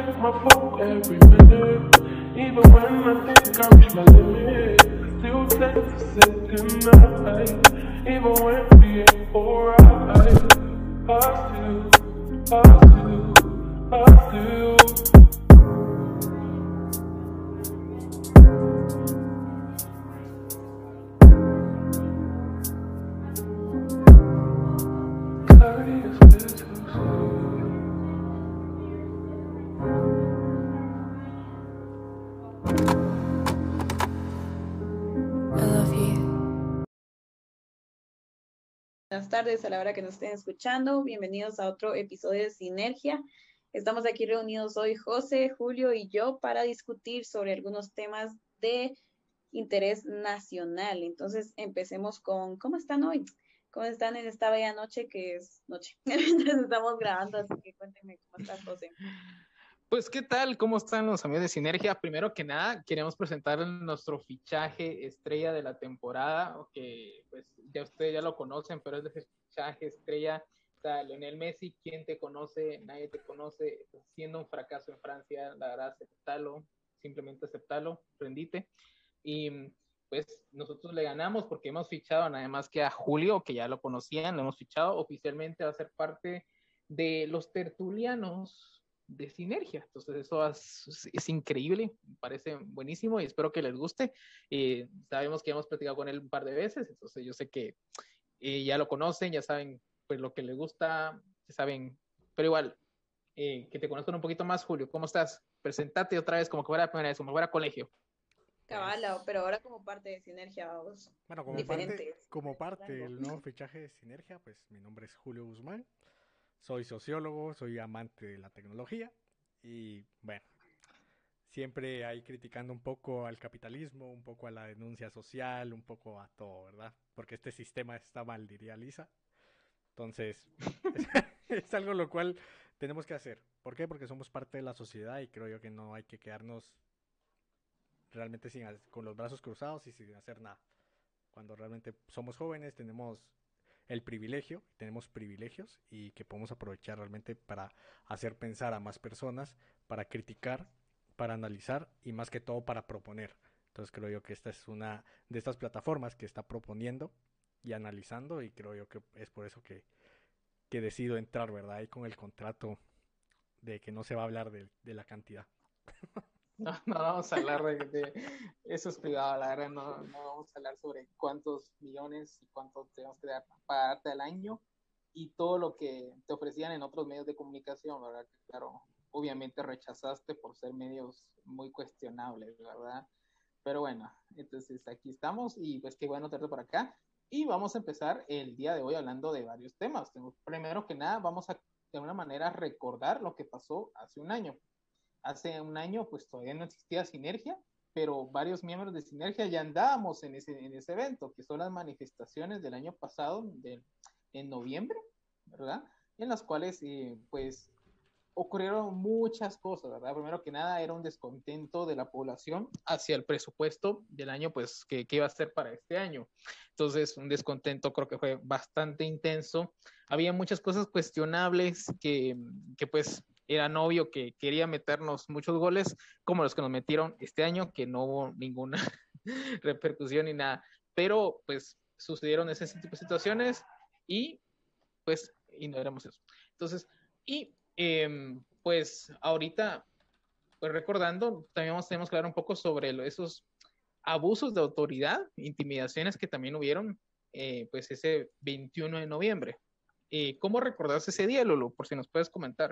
check my phone every minute. Even when I think I reach my limit, I still text a second night. Even when we ain't alright, I still. Clarity is bittersweet. I love you. Buenas tardes a la hora que nos estén escuchando. Bienvenidos a otro episodio de Sinergia. Estamos aquí reunidos hoy José, Julio y yo para discutir sobre algunos temas de interés nacional. Entonces empecemos con ¿cómo están hoy? ¿Cómo están en esta bella noche que es noche? Mientras estamos grabando, así que cuéntenme cómo estás, José. Pues, ¿qué tal? ¿Cómo están los amigos de Sinergia? Primero que nada, queremos presentar nuestro fichaje estrella de la temporada, que pues ya ustedes ya lo conocen, pero es de ese fichaje estrella. O sea, Lionel Messi, ¿quién te conoce? Nadie te conoce. Estás haciendo un fracaso en Francia, la verdad, aceptalo, simplemente aceptalo, rendite. Y pues nosotros le ganamos porque hemos fichado nada más que a Julio, que ya lo conocían, lo hemos fichado oficialmente a ser parte de los tertulianos de Sinergia. Entonces eso es increíble, me parece buenísimo y espero que les guste. Sabemos que hemos platicado con él un par de veces, entonces yo sé que ya lo conocen, ya saben pues lo que les gusta, ya saben, pero igual, que te conozcan un poquito más, Julio. ¿Cómo estás? Presentate otra vez como que fuera la primera vez, como que fuera colegio. Cabala, pero ahora como parte de Sinergia, vamos. Bueno, Diferentes. como parte del nuevo fichaje de Sinergia, pues mi nombre es Julio Guzmán, soy sociólogo, soy amante de la tecnología y bueno, siempre ahí criticando un poco al capitalismo, un poco a la denuncia social, un poco a todo, ¿verdad? Porque este sistema está mal, diría Lisa. Entonces, es algo lo cual tenemos que hacer. ¿Por qué? Porque somos parte de la sociedad y creo yo que no hay que quedarnos realmente con los brazos cruzados y sin hacer nada. Cuando realmente somos jóvenes tenemos el privilegio, tenemos privilegios y que podemos aprovechar realmente para hacer pensar a más personas, para criticar, para analizar y más que todo para proponer. Entonces creo yo que esta es una de estas plataformas que está proponiendo y analizando y creo yo que es por eso que decido entrar, ¿verdad? Ahí con el contrato de que no se va a hablar de la cantidad. No, no vamos a hablar eso es privado, la verdad, no vamos a hablar sobre cuántos millones y cuánto tenemos que pagarte al año y todo lo que te ofrecían en otros medios de comunicación, ¿verdad? Que claro, obviamente rechazaste por ser medios muy cuestionables, ¿verdad? Pero bueno, entonces aquí estamos y pues qué bueno tenerte por acá. Y vamos a empezar el día de hoy hablando de varios temas. Primero que nada, vamos a de alguna manera recordar lo que pasó hace un año. Hace un año pues todavía no existía Sinergia, pero varios miembros de Sinergia ya andábamos en ese evento, que son las manifestaciones del año pasado, en noviembre, ¿verdad? En las cuales pues ocurrieron muchas cosas, ¿verdad? Primero que nada era un descontento de la población hacia el presupuesto del año, pues, que iba a ser para este año. Entonces, un descontento creo que fue bastante intenso. Había muchas cosas cuestionables que pues, era obvio que quería meternos muchos goles, como los que nos metieron este año, que no hubo ninguna repercusión ni nada. Pero, pues, sucedieron ese tipo de situaciones y, pues, ignoremos eso. Entonces, y pues ahorita, pues recordando, también tenemos que hablar un poco sobre esos abusos de autoridad, intimidaciones que también hubieron, pues ese 21 de noviembre. ¿Cómo recordás ese día, Lulu? Por si nos puedes comentar.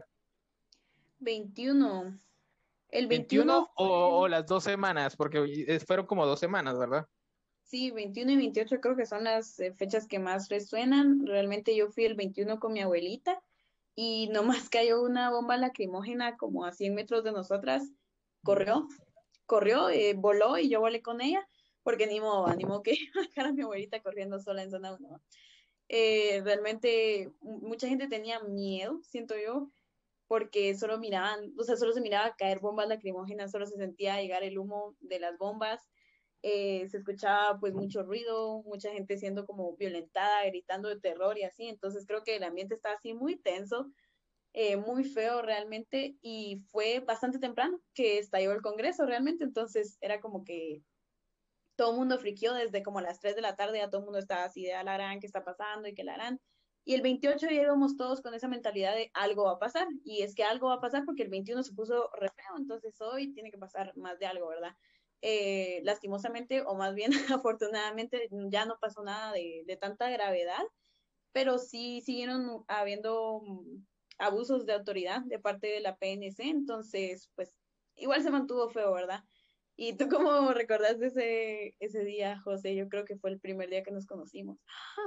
21. El 21 ¿21 fue... o las 2 semanas? Porque fueron como 2 semanas, ¿verdad? Sí, 21 y 28 creo que son las fechas que más resuenan. Realmente yo fui el 21 con mi abuelita y nomás cayó una bomba lacrimógena como a 100 metros de nosotras. Corrió, voló y yo volé con ella porque ni modo que bajar a mi abuelita corriendo sola en zona 1. Realmente mucha gente tenía miedo, siento yo, porque solo miraban, o sea, solo se miraba caer bombas lacrimógenas, solo se sentía llegar el humo de las bombas, se escuchaba pues mucho ruido, mucha gente siendo como violentada, gritando de terror y así, entonces creo que el ambiente estaba así muy tenso. muy feo realmente y fue bastante temprano que estalló el Congreso realmente, entonces era como que todo el mundo friqueó desde como las 3 de la tarde, ya todo el mundo estaba así de la gran, ¿qué está pasando? Y que la harán. Y el 28 ya íbamos todos con esa mentalidad de algo va a pasar. Y es que algo va a pasar porque el 21 se puso re feo, entonces hoy tiene que pasar más de algo, ¿verdad? Lastimosamente, o más bien afortunadamente, ya no pasó nada de tanta gravedad, pero sí siguieron habiendo abusos de autoridad de parte de la PNC, entonces, pues igual se mantuvo feo, ¿verdad? ¿Y tú cómo recordaste ese día, José? Yo creo que fue el primer día que nos conocimos.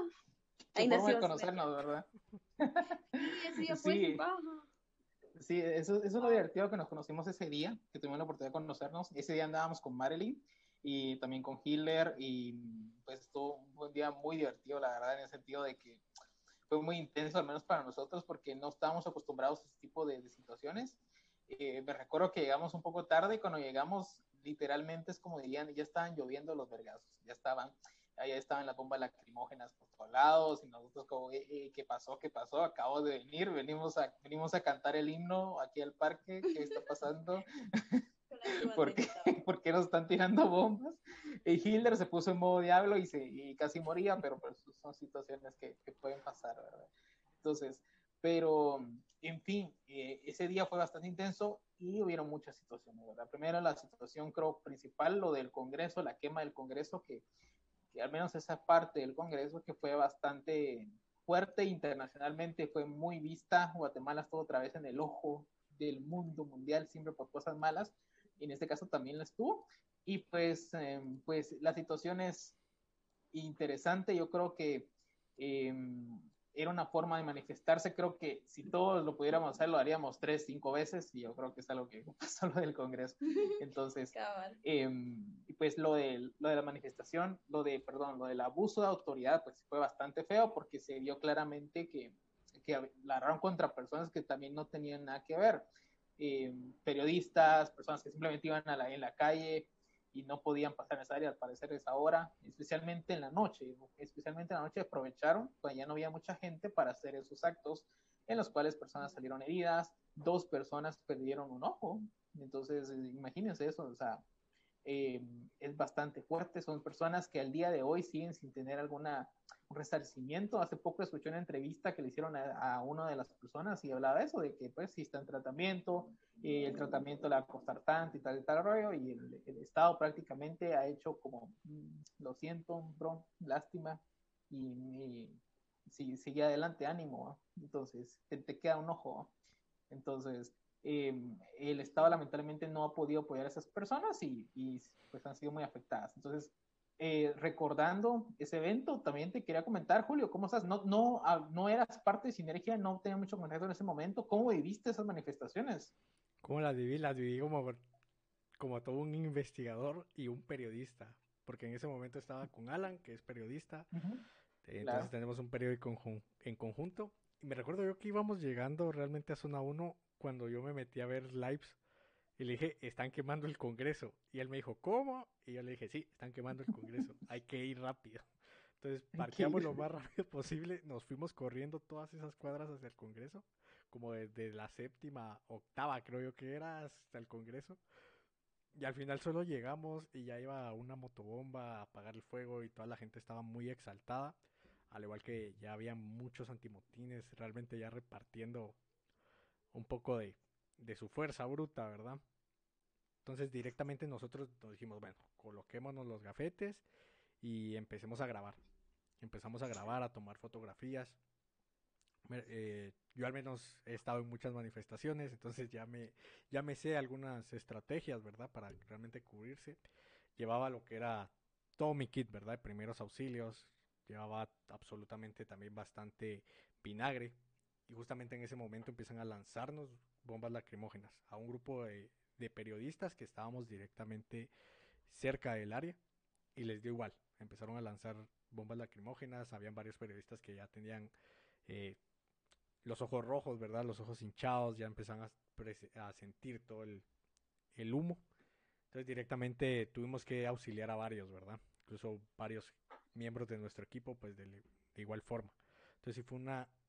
Tu Ahí forma de nació Sinergia. conocernos, ¿verdad? Sí, ese día fue sin Sí, paja. sí, eso es lo Wow. divertido que nos conocimos ese día, que tuvimos la oportunidad de conocernos. Ese día andábamos con Marilyn y también con Hitler y pues estuvo un buen día muy divertido, la verdad, en el sentido de que fue muy intenso, al menos para nosotros, porque no estábamos acostumbrados a este tipo de situaciones. Me recuerdo que llegamos un poco tarde y cuando llegamos, literalmente es como dirían, ya estaban lloviendo los vergazos, ya estaban, allá estaban las bombas lacrimógenas por todos lados y nosotros como, ¿qué pasó? ¿Qué pasó? Acabo de venir, venimos a cantar el himno aquí al parque, ¿qué está pasando? Con su ¿Por qué, banderita. ¿Por qué nos están tirando bombas? Y Hitler se puso en modo diablo y casi moría, pero pues son situaciones que pueden pasar, ¿verdad? Entonces, pero, en fin, ese día fue bastante intenso y hubieron muchas situaciones, ¿verdad? Primero, la situación, creo, principal, lo del Congreso, la quema del Congreso, que al menos esa parte del Congreso que fue bastante fuerte internacionalmente, fue muy vista. Guatemala estuvo otra vez en el ojo del mundo mundial, siempre por cosas malas, y en este caso también la estuvo. Y pues la situación es interesante, yo creo que eh, era una forma de manifestarse, creo que si todos lo pudiéramos hacer, lo haríamos 3, 5 veces, y yo creo que es algo que pasó lo del Congreso. Entonces, Cabal. pues lo de la manifestación, perdón, lo del abuso de autoridad, pues fue bastante feo porque se vio claramente que la agarraron contra personas que también no tenían nada que ver. Periodistas, personas que simplemente iban en la calle y no podían pasar en esa área al parecer esa hora, especialmente en la noche aprovecharon cuando ya no había mucha gente para hacer esos actos en los cuales personas salieron heridas, 2 personas perdieron un ojo, entonces imagínense eso, o sea, eh, es bastante fuerte. Son personas que al día de hoy siguen sin tener un resarcimiento. Hace poco escuché una entrevista que le hicieron a una de las personas y hablaba de eso, de que pues si está en tratamiento, el tratamiento le va a costar tanto y tal rollo, y el Estado prácticamente ha hecho como, lo siento, bro, lástima, y sigue adelante, ánimo, ¿eh? Entonces te queda un ojo, ¿eh? Entonces, el Estado lamentablemente no ha podido apoyar a esas personas y pues han sido muy afectadas. Entonces, recordando ese evento, también te quería comentar, Julio, ¿cómo estás? No eras parte de Sinergia, no tenía mucho contacto en ese momento. ¿Cómo viviste esas manifestaciones? ¿Cómo las viví? Las viví como todo un investigador y un periodista, porque en ese momento estaba con Alan, que es periodista, Uh -huh. entonces Claro. tenemos un periódico en conjunto, y me recuerdo yo que íbamos llegando realmente a Zona uno cuando yo me metí a ver lives, y le dije, están quemando el Congreso, y él me dijo, ¿cómo? Y yo le dije, sí, están quemando el Congreso, hay que ir rápido. Entonces Okay. parqueamos lo más rápido posible, nos fuimos corriendo todas esas cuadras hacia el Congreso, como desde la séptima, octava creo yo que era, hasta el Congreso. Y al final solo llegamos y ya iba una motobomba a apagar el fuego y toda la gente estaba muy exaltada. Al igual que ya había muchos antimotines realmente ya repartiendo un poco de su fuerza bruta, ¿verdad? Entonces directamente nosotros nos dijimos, bueno, coloquémonos los gafetes y empecemos a grabar. Empezamos a grabar, a tomar fotografías. Yo al menos he estado en muchas manifestaciones, entonces ya me sé algunas estrategias, ¿verdad? Para realmente cubrirse. Llevaba lo que era todo mi kit, ¿verdad? De primeros auxilios. Llevaba absolutamente también bastante vinagre. Y justamente en ese momento empiezan a lanzarnos bombas lacrimógenas a un grupo de periodistas que estábamos directamente cerca del área y les dio igual. Empezaron a lanzar bombas lacrimógenas. Habían varios periodistas que ya tenían eh, los ojos rojos, ¿verdad? Los ojos hinchados, ya empezaron a sentir todo el humo. Entonces directamente tuvimos que auxiliar a varios, ¿verdad? Incluso varios miembros de nuestro equipo, pues de igual forma. Entonces sí fue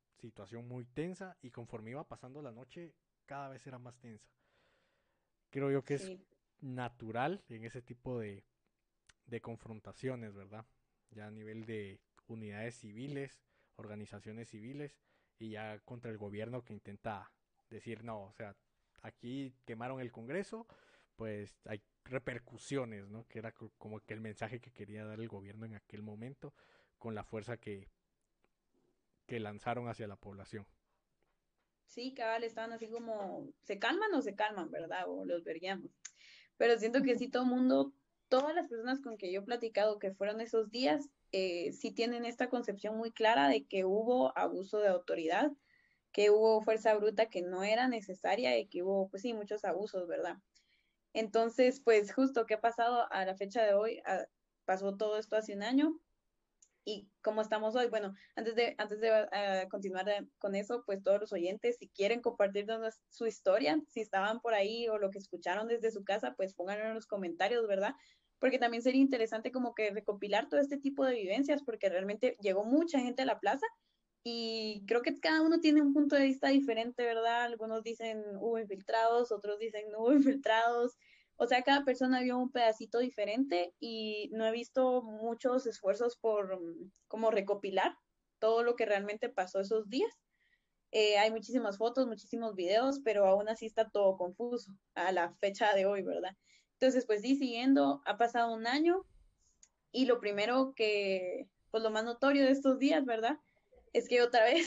situación muy tensa y conforme iba pasando la noche cada vez era más tensa. Creo yo que es Sí, natural en ese tipo de confrontaciones, ¿verdad? Ya a nivel de unidades civiles, organizaciones civiles y ya contra el gobierno que intenta decir, no, o sea, aquí quemaron el Congreso, pues hay repercusiones, ¿no? Que era como que el mensaje que quería dar el gobierno en aquel momento con la fuerza que lanzaron hacia la población. sí, cabal, estaban así como, ¿se calman o se calman, verdad? O los veríamos. Pero siento que sí, todo el mundo, todas las personas con que yo he platicado que fueron esos días, sí tienen esta concepción muy clara de que hubo abuso de autoridad, que hubo fuerza bruta que no era necesaria y que hubo, pues sí, muchos abusos, ¿verdad? Entonces, pues justo que ha pasado a la fecha de hoy, pasó todo esto hace un año y cómo estamos hoy. Bueno, antes de continuar con eso, pues todos los oyentes, si quieren compartirnos su historia, si estaban por ahí o lo que escucharon desde su casa, pues pónganlo en los comentarios, ¿verdad? Porque también sería interesante como que recopilar todo este tipo de vivencias, porque realmente llegó mucha gente a la plaza y creo que cada uno tiene un punto de vista diferente, ¿verdad? Algunos dicen hubo infiltrados, otros dicen no hubo infiltrados. O sea, cada persona vio un pedacito diferente y no he visto muchos esfuerzos por como recopilar todo lo que realmente pasó esos días. Hay muchísimas fotos, muchísimos videos, pero aún así está todo confuso a la fecha de hoy, ¿verdad? Entonces, pues sí, siguiendo, ha pasado un año y lo primero que, pues lo más notorio de estos días, ¿verdad? Es que otra vez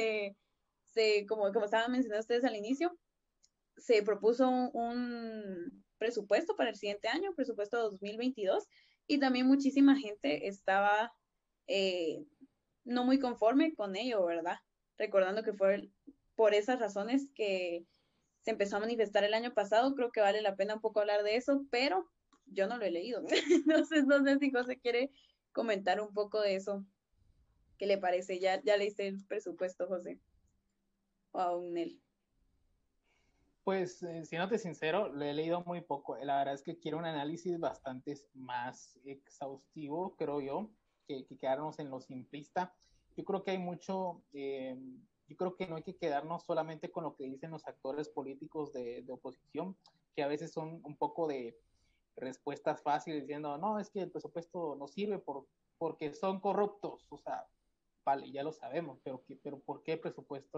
como estaban mencionando ustedes al inicio, se propuso un presupuesto para el siguiente año, presupuesto 2022, y también muchísima gente estaba eh, no muy conforme con ello, ¿verdad? Recordando que fue por esas razones que se empezó a manifestar el año pasado, creo que vale la pena un poco hablar de eso, pero yo no lo he leído. Entonces, no sé si José quiere comentar un poco de eso. ¿Qué le parece? Ya leíste el presupuesto, José, o aún él. Pues, siéndote sincero, lo he leído muy poco. La verdad es que quiero un análisis bastante más exhaustivo, creo yo, que quedarnos en lo simplista. Yo creo que hay mucho, yo creo que no hay que quedarnos solamente con lo que dicen los actores políticos de oposición, que a veces son un poco de respuestas fáciles diciendo, no, es que el presupuesto no sirve porque son corruptos. O sea, vale, ya lo sabemos, pero ¿por qué el presupuesto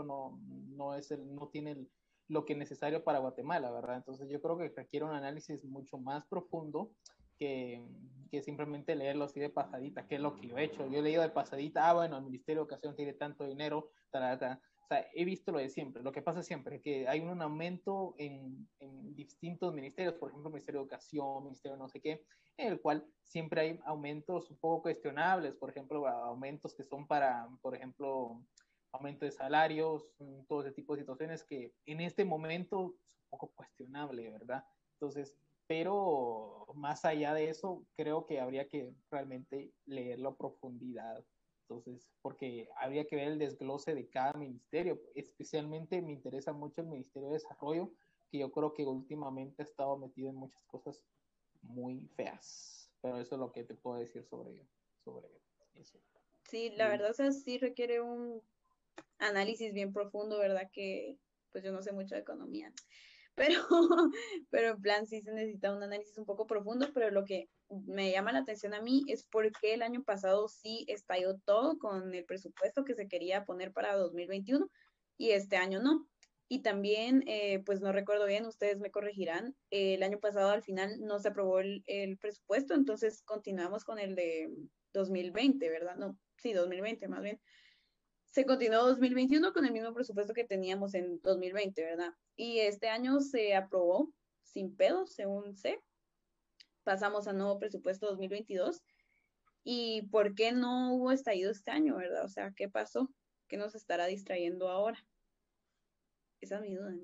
no tiene lo que es necesario para Guatemala, ¿verdad? Entonces yo creo que requiere un análisis mucho más profundo que, que simplemente leerlo así de pasadita, que es lo que yo he hecho. Yo he leído de pasadita, bueno, el Ministerio de Educación tiene tanto dinero, tarata. O sea, he visto lo de siempre. Lo que pasa siempre es que hay un aumento en distintos ministerios, por ejemplo, Ministerio de Educación, Ministerio de no sé qué, en el cual siempre hay aumentos un poco cuestionables, por ejemplo, aumentos que son para, por ejemplo, aumento de salarios, todo ese tipo de situaciones que en este momento es un poco cuestionable, ¿verdad? Entonces, pero más allá de eso, creo que habría que realmente leerlo a profundidad. Entonces, porque habría que ver el desglose de cada ministerio. Especialmente me interesa mucho el Ministerio de Desarrollo, que yo creo que últimamente ha estado metido en muchas cosas muy feas. Pero eso es lo que te puedo decir sobre eso. Sí, la Y verdad, o sea, sí requiere un análisis bien profundo, ¿verdad? Que pues yo no sé mucho de economía, pero, pero en plan sí se necesita un análisis un poco profundo, pero lo que me llama la atención a mí es por qué el año pasado sí estalló todo con el presupuesto que se quería poner para 2021 y este año no. Y también, pues no recuerdo bien, ustedes me corregirán, el año pasado al final no se aprobó el presupuesto, entonces continuamos con el de 2020, ¿verdad? No, sí, 2020 más bien. Se continuó 2021 con el mismo presupuesto que teníamos en 2020, ¿verdad? Y este año se aprobó sin pedos, según sé. Pasamos a nuevo presupuesto 2022. ¿Y por qué no hubo estallido este año, verdad? O sea, ¿qué pasó? ¿Qué nos estará distrayendo ahora? Esa es mi duda.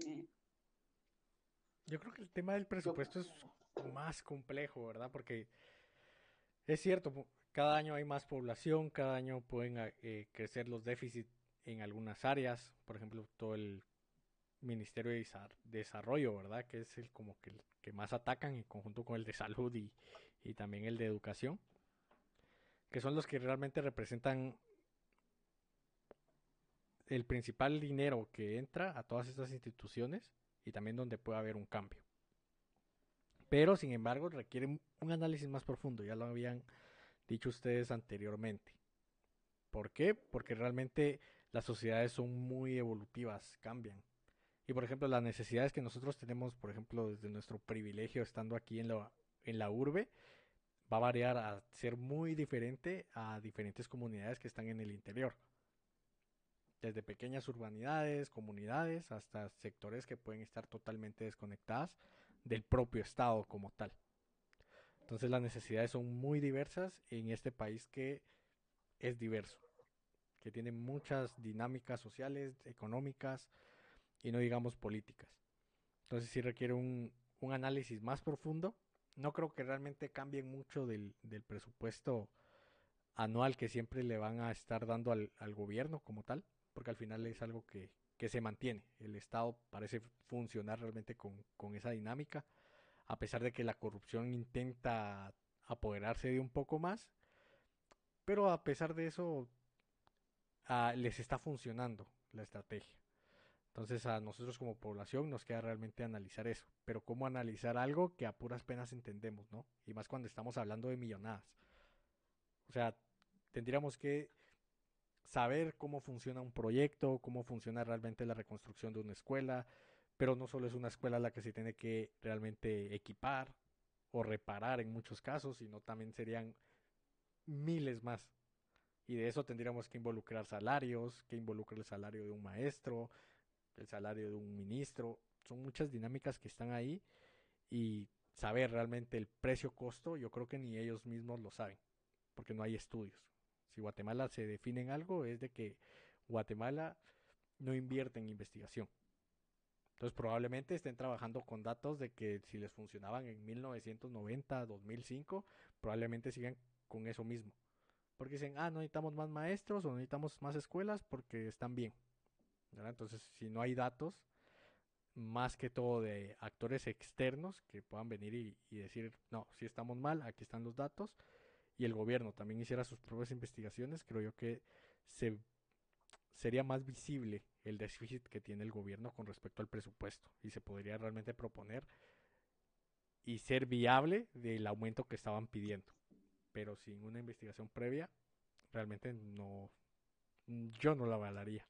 Yo creo que el tema del yo, presupuesto es más complejo, ¿verdad? Porque es cierto, cada año hay más población, cada año pueden crecer los déficits en algunas áreas, por ejemplo, todo el Ministerio de Desarrollo, ¿verdad? Que es el como que el que más atacan en conjunto con el de salud y también el de educación, que son los que realmente representan el principal dinero que entra a todas estas instituciones y también donde puede haber un cambio. Pero, sin embargo, requiere un análisis más profundo, ya lo habían dicho ustedes anteriormente. ¿Por qué? Porque realmente las sociedades son muy evolutivas, cambian. Y por ejemplo, las necesidades que nosotros tenemos, por ejemplo, desde nuestro privilegio estando aquí en la urbe, va a variar a ser muy diferente a diferentes comunidades que están en el interior. Desde pequeñas urbanidades, comunidades, hasta sectores que pueden estar totalmente desconectadas del propio estado como tal. Entonces las necesidades son muy diversas en este país que es diverso, que tiene muchas dinámicas sociales, económicas y no digamos políticas. Entonces sí requiere un análisis más profundo. No creo que realmente cambien mucho del presupuesto anual que siempre le van a estar dando al gobierno como tal, porque al final es algo que se mantiene. El Estado parece funcionar realmente con esa dinámica, a pesar de que la corrupción intenta apoderarse de un poco más, pero a pesar de eso les está funcionando la estrategia. Entonces a nosotros como población nos queda realmente analizar eso, pero cómo analizar algo que a puras penas entendemos, ¿no? Y más cuando estamos hablando de millonadas. O sea, tendríamos que saber cómo funciona un proyecto, cómo funciona realmente la reconstrucción de una escuela, pero no solo es una escuela la que se tiene que realmente equipar o reparar en muchos casos, sino también serían miles más. Y de eso tendríamos que involucrar salarios, que involucre el salario de un maestro, el salario de un ministro. Son muchas dinámicas que están ahí y saber realmente el precio-costo, yo creo que ni ellos mismos lo saben, porque no hay estudios. Si Guatemala se define en algo, es de que Guatemala no invierte en investigación. Entonces probablemente estén trabajando con datos de que si les funcionaban en 1990, 2005, probablemente sigan con eso mismo. Porque dicen, no necesitamos más maestros o no necesitamos más escuelas porque están bien. ¿Verdad? Entonces, si no hay datos, más que todo de actores externos que puedan venir y decir, no, si estamos mal, aquí están los datos, y el gobierno también hiciera sus propias investigaciones, creo yo que se, sería más visible el déficit que tiene el gobierno con respecto al presupuesto y se podría realmente proponer y ser viable del aumento que estaban pidiendo. Pero sin una investigación previa, realmente no, yo no la avalaría.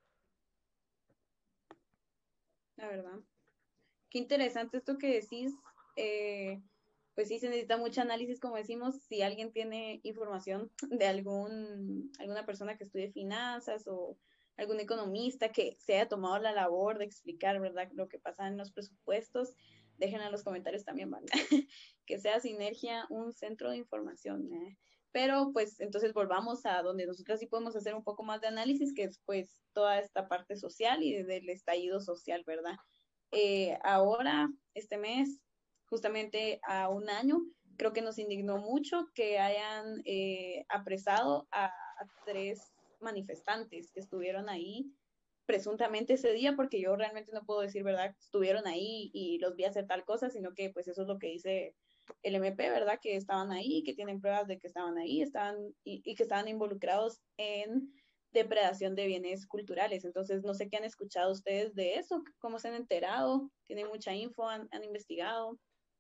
La verdad. Qué interesante esto que decís. Pues sí, se necesita mucho análisis, como decimos, si alguien tiene información de alguna persona que estudie finanzas o algún economista que se haya tomado la labor de explicar, ¿verdad?, lo que pasa en los presupuestos, déjenlo en los comentarios también, ¿verdad? Que sea Sinergia un centro de información. Pero pues entonces volvamos a donde nosotros sí podemos hacer un poco más de análisis, que es pues toda esta parte social y del estallido social, ¿verdad? Ahora, este mes, justamente a un año, creo que nos indignó mucho que hayan apresado a 3 manifestantes que estuvieron ahí presuntamente ese día, porque yo realmente no puedo decir, ¿verdad?, estuvieron ahí y los vi hacer tal cosa, sino que pues eso es lo que dice el MP, ¿verdad?, que estaban ahí, que tienen pruebas de que estaban ahí, y que estaban involucrados en depredación de bienes culturales. Entonces, no sé qué han escuchado ustedes de eso, cómo se han enterado, tienen mucha info, han investigado.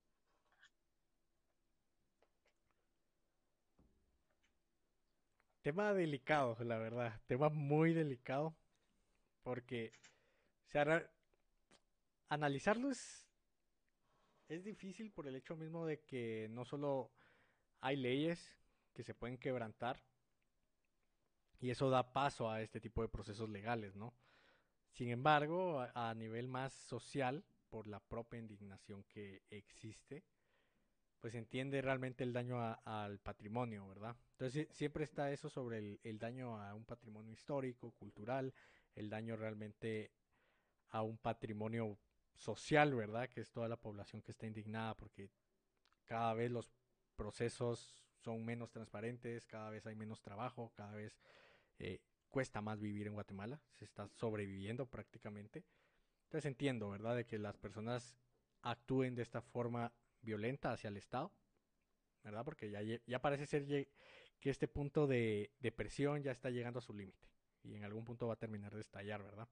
Tema delicado, la verdad. Tema muy delicado. Porque, o sea, analizarlo es difícil por el hecho mismo de que no solo hay leyes que se pueden quebrantar y eso da paso a este tipo de procesos legales, ¿no? Sin embargo, a nivel más social, por la propia indignación que existe, pues entiende realmente el daño al patrimonio, ¿verdad? Entonces siempre está eso sobre el daño a un patrimonio histórico, cultural, el daño realmente a un patrimonio social, ¿verdad? Que es toda la población que está indignada porque cada vez los procesos son menos transparentes, cada vez hay menos trabajo, cada vez cuesta más vivir en Guatemala, se está sobreviviendo prácticamente. Entonces entiendo, ¿verdad? De que las personas actúen de esta forma violenta hacia el Estado, ¿verdad? Porque ya parece ser que este punto de presión ya está llegando a su límite. y en algún punto va a terminar de estallar, ¿verdad?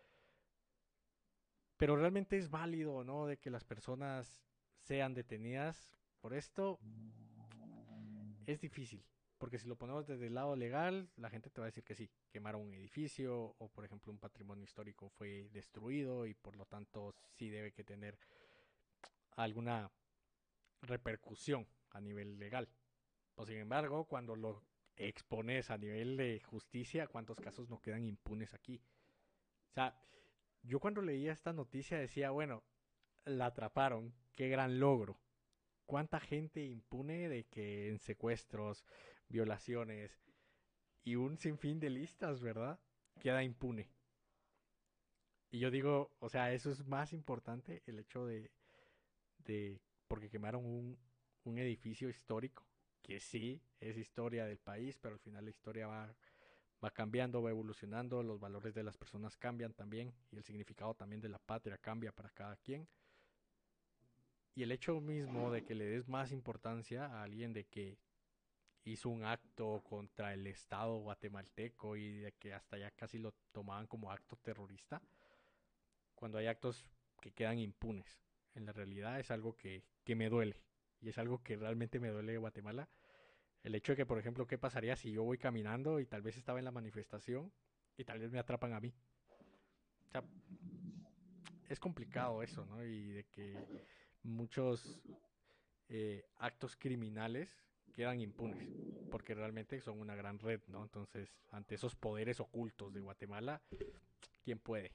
Pero realmente es válido, ¿no? De que las personas sean detenidas por esto, es difícil. Porque si lo ponemos desde el lado legal, la gente te va a decir que sí, quemaron un edificio o por ejemplo un patrimonio histórico fue destruido y por lo tanto sí debe que tener alguna repercusión a nivel legal. O sin embargo, cuando lo expones a nivel de justicia, ¿cuántos casos no quedan impunes aquí? O sea, yo cuando leía esta noticia decía, bueno, la atraparon, qué gran logro. ¿Cuánta gente impune de que en secuestros, violaciones y un sinfín de listas, ¿verdad? Queda impune. Y yo digo, o sea, eso es más importante, el hecho de porque quemaron un edificio histórico, que sí es historia del país, pero al final la historia va cambiando, va evolucionando, los valores de las personas cambian también y el significado también de la patria cambia para cada quien. Y el hecho mismo de que le des más importancia a alguien de que hizo un acto contra el Estado guatemalteco y de que hasta ya casi lo tomaban como acto terrorista, cuando hay actos que quedan impunes. En la realidad es algo que me duele y es algo que realmente me duele de Guatemala. El hecho de que, por ejemplo, ¿qué pasaría si yo voy caminando y tal vez estaba en la manifestación y tal vez me atrapan a mí? O sea, es complicado eso, ¿no? Y de que muchos actos criminales quedan impunes, porque realmente son una gran red, ¿no? Entonces, ante esos poderes ocultos de Guatemala, ¿quién puede?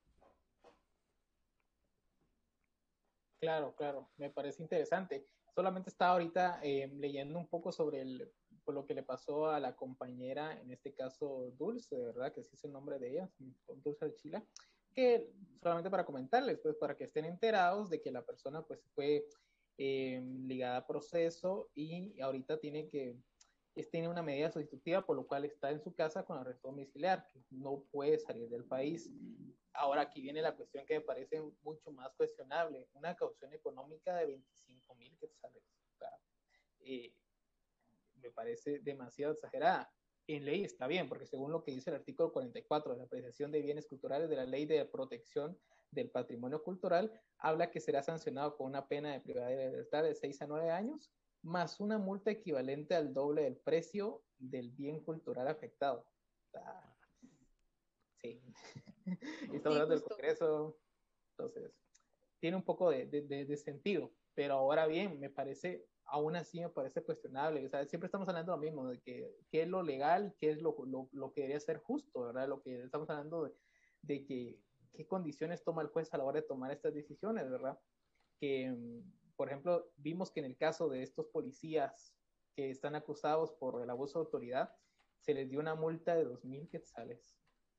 Claro, claro, me parece interesante. Solamente estaba ahorita leyendo un poco sobre por lo que le pasó a la compañera, en este caso Dulce, ¿verdad? Que sí es el nombre de ella, Dulce Archila, que solamente para comentarles, pues para que estén enterados de que la persona pues fue ligada a proceso y ahorita tiene una medida sustitutiva por lo cual está en su casa con arresto domiciliar, que no puede salir del país. Ahora aquí viene la cuestión que me parece mucho más cuestionable, una caución económica de 25,000 quetzales. O sea, eh, me parece demasiado exagerada. En ley está bien, porque según lo que dice el artículo 44 de la apreciación de bienes culturales de la Ley de Protección del Patrimonio Cultural, habla que será sancionado con una pena de privada de libertad de 6 a 9 años, más una multa equivalente al doble del precio del bien cultural afectado. O sea, sí, estamos Sí, hablando del justo. Congreso, entonces tiene un poco de sentido, pero ahora bien, aún así me parece cuestionable, o sea, siempre estamos hablando de lo mismo, de que qué es lo legal y qué es lo que debería ser justo, ¿verdad? Lo que estamos hablando de que qué condiciones toma el juez a la hora de tomar estas decisiones, ¿verdad? Que, por ejemplo, vimos que en el caso de estos policías que están acusados por el abuso de autoridad, se les dio una multa de 2,000 quetzales.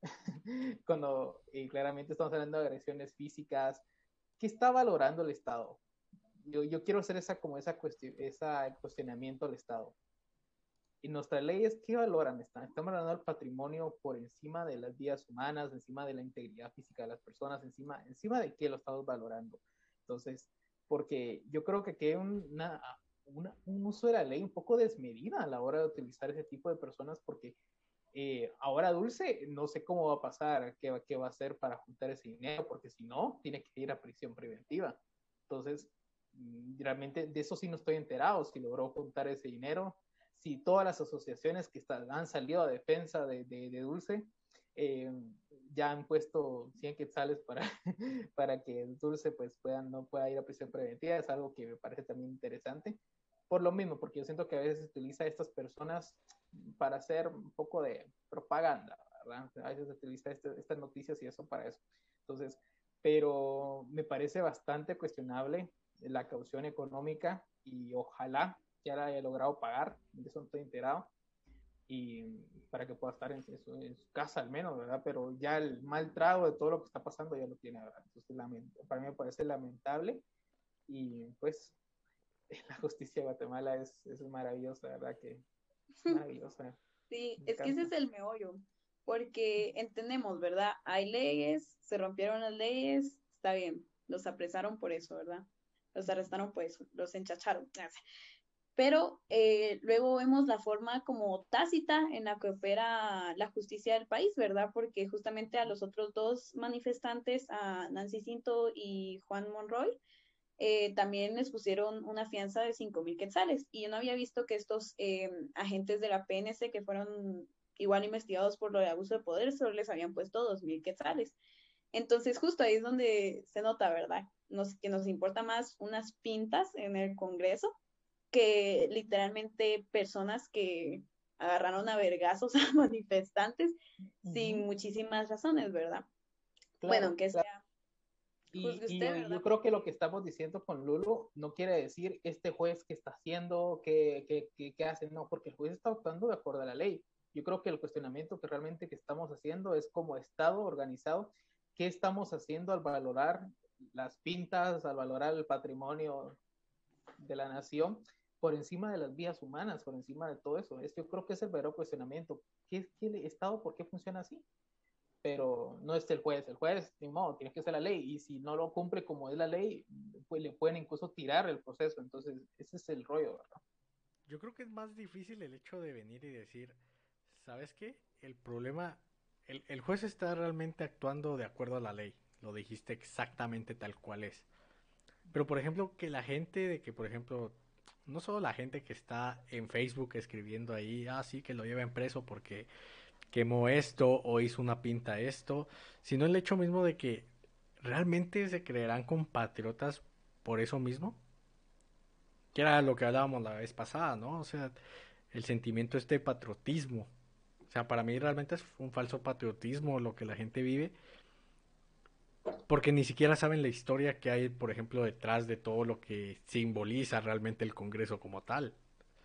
Cuando claramente estamos hablando de agresiones físicas, ¿qué está valorando el Estado? Yo quiero hacer ese cuestionamiento al Estado. Y nuestras leyes, ¿qué valoran? Estamos valorando el patrimonio por encima de las vidas humanas, encima de la integridad física de las personas, encima de qué lo estamos valorando. Entonces, porque yo creo que hay un uso de la ley un poco desmedida a la hora de utilizar ese tipo de personas, porque ahora Dulce, no sé cómo va a pasar, qué va a hacer para juntar ese dinero, porque si no, tiene que ir a prisión preventiva. Entonces, realmente de eso sí no estoy enterado, si logró juntar ese dinero, si todas las asociaciones que han salido a defensa de Dulce eh, ya han puesto 100 quetzales para que Dulce pues no pueda ir a prisión preventiva, es algo que me parece también interesante. Por lo mismo, porque yo siento que a veces se utiliza a estas personas para hacer un poco de propaganda, ¿verdad? A veces se utiliza estas noticias y eso para eso. Entonces, pero me parece bastante cuestionable la caución económica y ojalá ya la haya logrado pagar, de eso no estoy enterado, y para que pueda estar en su casa al menos, ¿verdad? Pero ya el mal trago de todo lo que está pasando ya lo tiene, ¿verdad? Entonces, para mí me parece lamentable y pues la justicia de Guatemala es maravillosa, ¿verdad? Que es maravillosa, Sí, me es que ese encanta. es el meollo, porque entendemos, ¿verdad? Hay leyes, se rompieron las leyes, está bien, los apresaron por eso, ¿verdad? Los arrestaron por eso, los enchacharon. pero luego vemos la forma como tácita en la que opera la justicia del país, ¿verdad? Porque justamente a los otros dos manifestantes, a Nancy Cinto y Juan Monroy, también les pusieron una fianza de 5,000 quetzales. Y yo no había visto que estos agentes de la PNC que fueron igual investigados por lo de abuso de poder, solo les habían puesto 2,000 quetzales. Entonces, justo ahí es donde se nota, ¿verdad? Que nos importa más unas pintas en el Congreso que literalmente personas que agarraron a vergazos a manifestantes sin Ujú. muchísimas razones, ¿verdad? Bueno, Claro, aunque claro. sea, Y, juzgue y usted, yo, ¿verdad? yo creo que lo que estamos diciendo con Lulu no quiere decir este juez que está haciendo, que hace, no, porque el juez está actuando de acuerdo a la ley. Yo creo que el cuestionamiento que realmente que estamos haciendo es como Estado organizado, ¿qué estamos haciendo al valorar las pintas, al valorar el patrimonio de la nación por encima de las vías humanas, por encima de todo eso? Yo creo que es el verdadero cuestionamiento. ¿Qué el Estado, por qué funciona así? Pero no es el juez, ni modo, tiene que ser la ley, y si no lo cumple como es la ley, pues le pueden incluso tirar el proceso, entonces ese es el rollo, ¿verdad? Yo creo que es más difícil el hecho de venir y decir, ¿sabes qué? El problema, el juez está realmente actuando de acuerdo a la ley. Lo dijiste exactamente tal cual es. Pero por ejemplo, que la gente de que, por ejemplo, no solo la gente que está en Facebook escribiendo ahí, ah, sí, que lo lleven preso porque quemó esto o hizo una pinta esto, sino el hecho mismo de que realmente se creerán compatriotas por eso mismo, que era lo que hablábamos la vez pasada, ¿no? O sea, el sentimiento este de patriotismo. O sea, para mí realmente es un falso patriotismo lo que la gente vive, porque ni siquiera saben la historia que hay, por ejemplo, detrás de todo lo que simboliza realmente el Congreso como tal.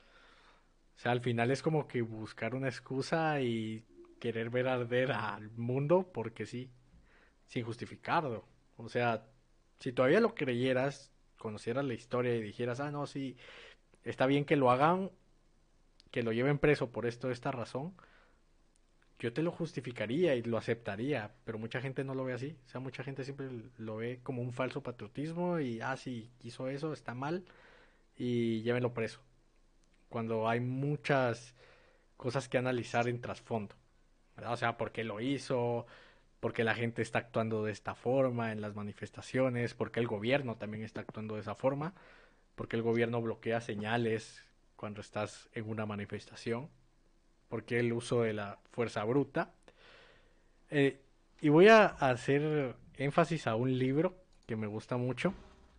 O sea, al final es como que buscar una excusa y querer ver arder al mundo porque sí, sin justificarlo. O sea, si todavía lo creyeras, conocieras la historia y dijeras, ah, no, sí, está bien que lo hagan, que lo lleven preso por esto, esta razón, yo te lo justificaría y lo aceptaría, pero mucha gente no lo ve así. O sea, mucha gente siempre lo ve como un falso patriotismo y, ah, sí, hizo eso, está mal y llévenlo preso. Cuando hay muchas cosas que analizar en trasfondo, ¿verdad? O sea, por qué lo hizo, por qué la gente está actuando de esta forma en las manifestaciones, por qué el gobierno también está actuando de esa forma, por qué el gobierno bloquea señales cuando estás en una manifestación, por qué el uso de la fuerza bruta. Eh, y voy a hacer énfasis a un libro que me gusta mucho,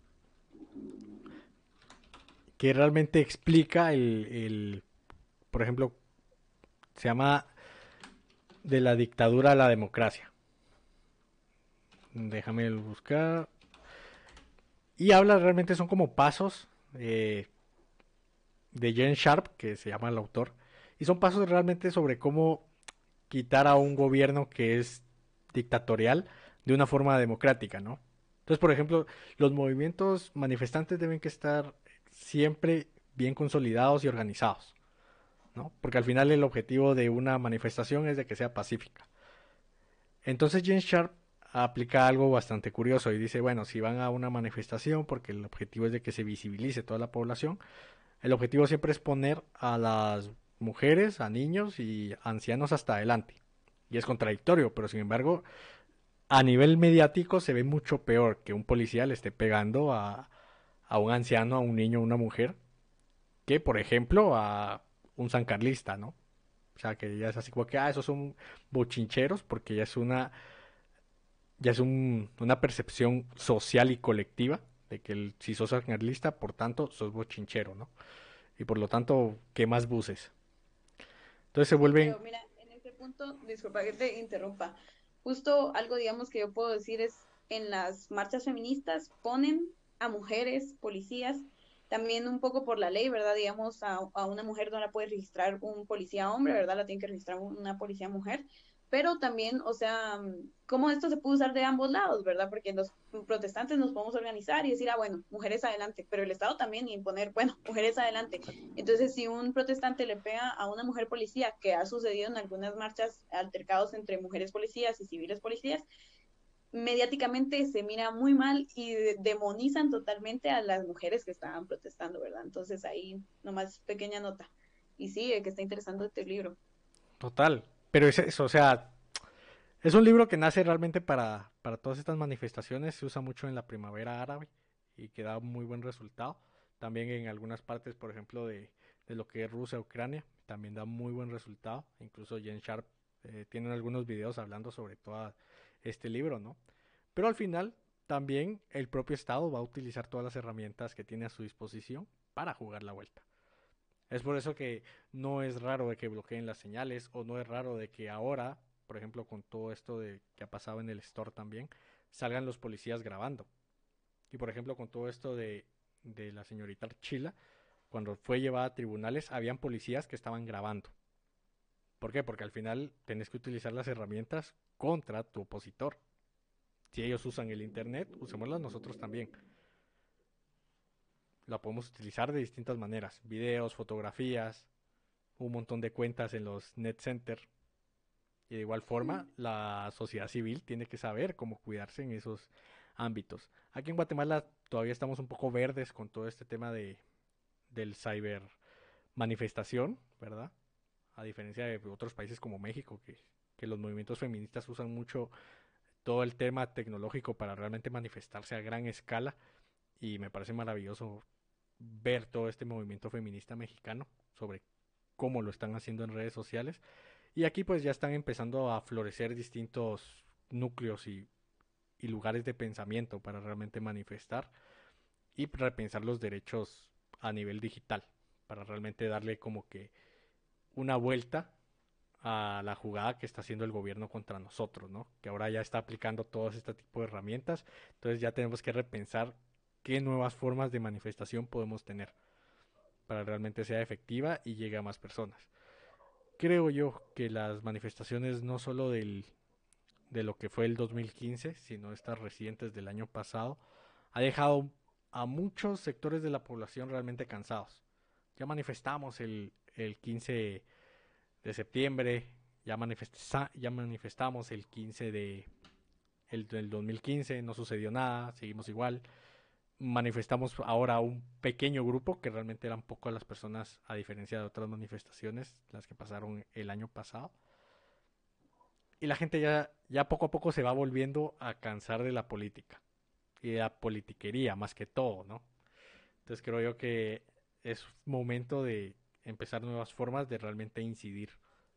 que realmente explica por ejemplo, se llama De la dictadura a la democracia. Déjame buscar. Y habla realmente, son como pasos de Jen Sharp, que se llama el autor. Y son pasos realmente sobre cómo quitar a un gobierno que es dictatorial de una forma democrática, ¿no? Entonces, por ejemplo, los movimientos manifestantes deben que estar siempre bien consolidados y organizados, ¿no? Porque al final el objetivo de una manifestación es de que sea pacífica. Entonces James Sharp aplica algo bastante curioso y dice, bueno, si van a una manifestación, porque el objetivo es de que se visibilice toda la población, el objetivo siempre es poner a las mujeres, a niños y ancianos hasta adelante. Y es contradictorio, pero sin embargo, a nivel mediático se ve mucho peor que un policía le esté pegando a un anciano, a un niño, a una mujer, que por ejemplo a un sancarlista, ¿no? O sea, que ya es así como que, ah, esos son bochincheros, porque una percepción social y colectiva de que si sos sancarlista, por tanto, sos bochinchero, ¿no? Y por lo tanto, ¿qué más buses? Entonces se Sí, vuelven, pero mira, en este punto, disculpa que te interrumpa, justo algo, digamos, que yo puedo decir es, en las marchas feministas ponen a mujeres policías, también un poco por la ley, ¿verdad? Digamos, a una mujer no la puede registrar un policía hombre, ¿verdad? La tiene que registrar una policía mujer, pero también, o sea, cómo esto se puede usar de ambos lados, ¿verdad? Porque los protestantes nos podemos organizar y decir, ah, bueno, mujeres adelante, pero el Estado también imponer, bueno, mujeres adelante. Entonces, si un protestante le pega a una mujer policía, que ha sucedido en algunas marchas, altercados entre mujeres policías y civiles policías, mediáticamente se mira muy mal y demonizan totalmente a las mujeres que estaban protestando, ¿verdad? Entonces ahí nomás pequeña nota. Y sí, que está interesante este libro. Total. Pero es eso, o sea, es un libro que nace realmente para todas estas manifestaciones. Se usa mucho en la primavera árabe y que da muy buen resultado. También en algunas partes, por ejemplo, de lo que es Rusia, Ucrania, también da muy buen resultado. Incluso Jen Sharp tienen algunos videos hablando sobre todo este libro, ¿no? Pero al final, también el propio Estado va a utilizar todas las herramientas que tiene a su disposición para jugar la vuelta. Es por eso que no es raro de que bloqueen las señales o no es raro de que ahora, por ejemplo, con todo esto de que ha pasado en el store también, salgan los policías grabando. Y por ejemplo, con todo esto de la señorita Archila, cuando fue llevada a tribunales, habían policías que estaban grabando. ¿Por qué? Porque al final tenés que utilizar las herramientas contra tu opositor. Si ellos usan el internet, usémoslas nosotros también. La podemos utilizar de distintas maneras. Videos, fotografías, un montón de cuentas en los net center. Y de igual forma, la sociedad civil tiene que saber cómo cuidarse en esos ámbitos. Aquí en Guatemala todavía estamos un poco verdes con todo este tema del cyber manifestación, ¿verdad? A diferencia de otros países como México, que los movimientos feministas usan mucho todo el tema tecnológico para realmente manifestarse a gran escala. Y me parece maravilloso ver todo este movimiento feminista mexicano sobre cómo lo están haciendo en redes sociales. Y aquí pues ya están empezando a florecer distintos núcleos y lugares de pensamiento para realmente manifestar y repensar los derechos a nivel digital, para realmente darle como que una vuelta a la jugada que está haciendo el gobierno contra nosotros, ¿no? Que ahora ya está aplicando todo este tipo de herramientas, entonces ya tenemos que repensar qué nuevas formas de manifestación podemos tener para realmente sea efectiva y llegue a más personas. Creo yo que las manifestaciones no solo de lo que fue el 2015, sino estas recientes del año pasado, ha dejado a muchos sectores de la población realmente cansados. Ya manifestamos el 15 de septiembre, ya manifestamos el 15 del 2015, no sucedió nada, seguimos igual. Manifestamos ahora un pequeño grupo, que realmente eran pocas las personas, a diferencia de otras manifestaciones, las que pasaron el año pasado. Y la gente ya poco a poco se va volviendo a cansar de la política y de la politiquería más que todo, ¿no? Entonces creo yo que es momento de empezar nuevas formas de realmente incidir.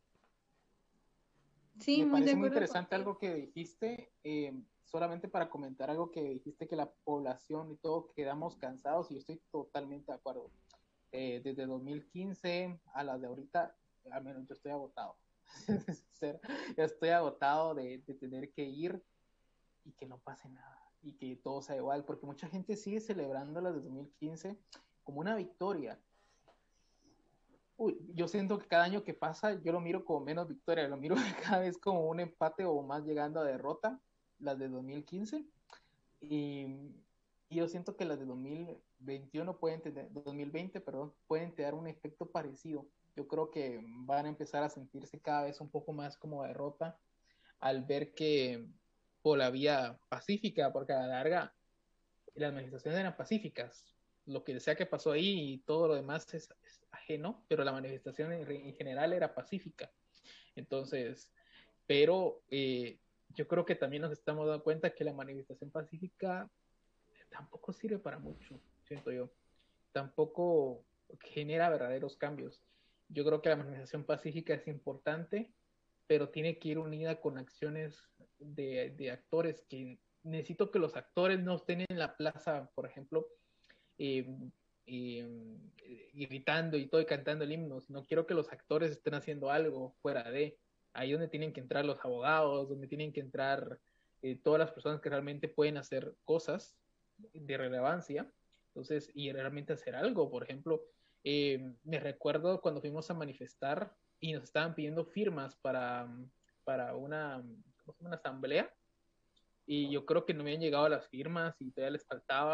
Sí, Me muy de parece muy acuerdo interesante contigo. algo que dijiste, solamente para comentar algo que dijiste, que la población y todo quedamos cansados, y yo estoy totalmente de acuerdo. Desde 2015 a las de ahorita, al menos yo estoy agotado. Ya estoy agotado de tener que ir y que no pase nada y que todo sea igual, porque mucha gente sigue celebrando las de 2015 como una victoria. Uy, yo siento que cada año que pasa yo lo miro como menos victoria, lo miro cada vez como un empate o más llegando a derrota, las de 2015. Y, y yo siento que las de 2021 pueden tener, 2020, perdón, pueden tener un efecto parecido. Yo creo que van a empezar a sentirse cada vez un poco más como derrota al ver que por la vía pacífica, porque a la larga las manifestaciones eran pacíficas. Lo que sea que pasó ahí y todo lo demás es ajeno, pero la manifestación en general era pacífica. Entonces, pero yo creo que también nos estamos dando cuenta que la manifestación pacífica tampoco sirve para mucho, siento yo. Tampoco genera verdaderos cambios. Yo creo que la manifestación pacífica es importante, pero tiene que ir unida con acciones de actores que necesito que los actores no estén en la plaza, por ejemplo, eh, eh, gritando y todo y cantando el himno, sino quiero que los actores estén haciendo algo fuera de ahí donde tienen que entrar los abogados, donde tienen que entrar todas las personas que realmente pueden hacer cosas de relevancia, entonces, y realmente hacer algo, por ejemplo, me recuerdo cuando fuimos a manifestar y nos estaban pidiendo firmas para una asamblea, y yo creo que no me habían llegado las firmas y todavía les faltaba,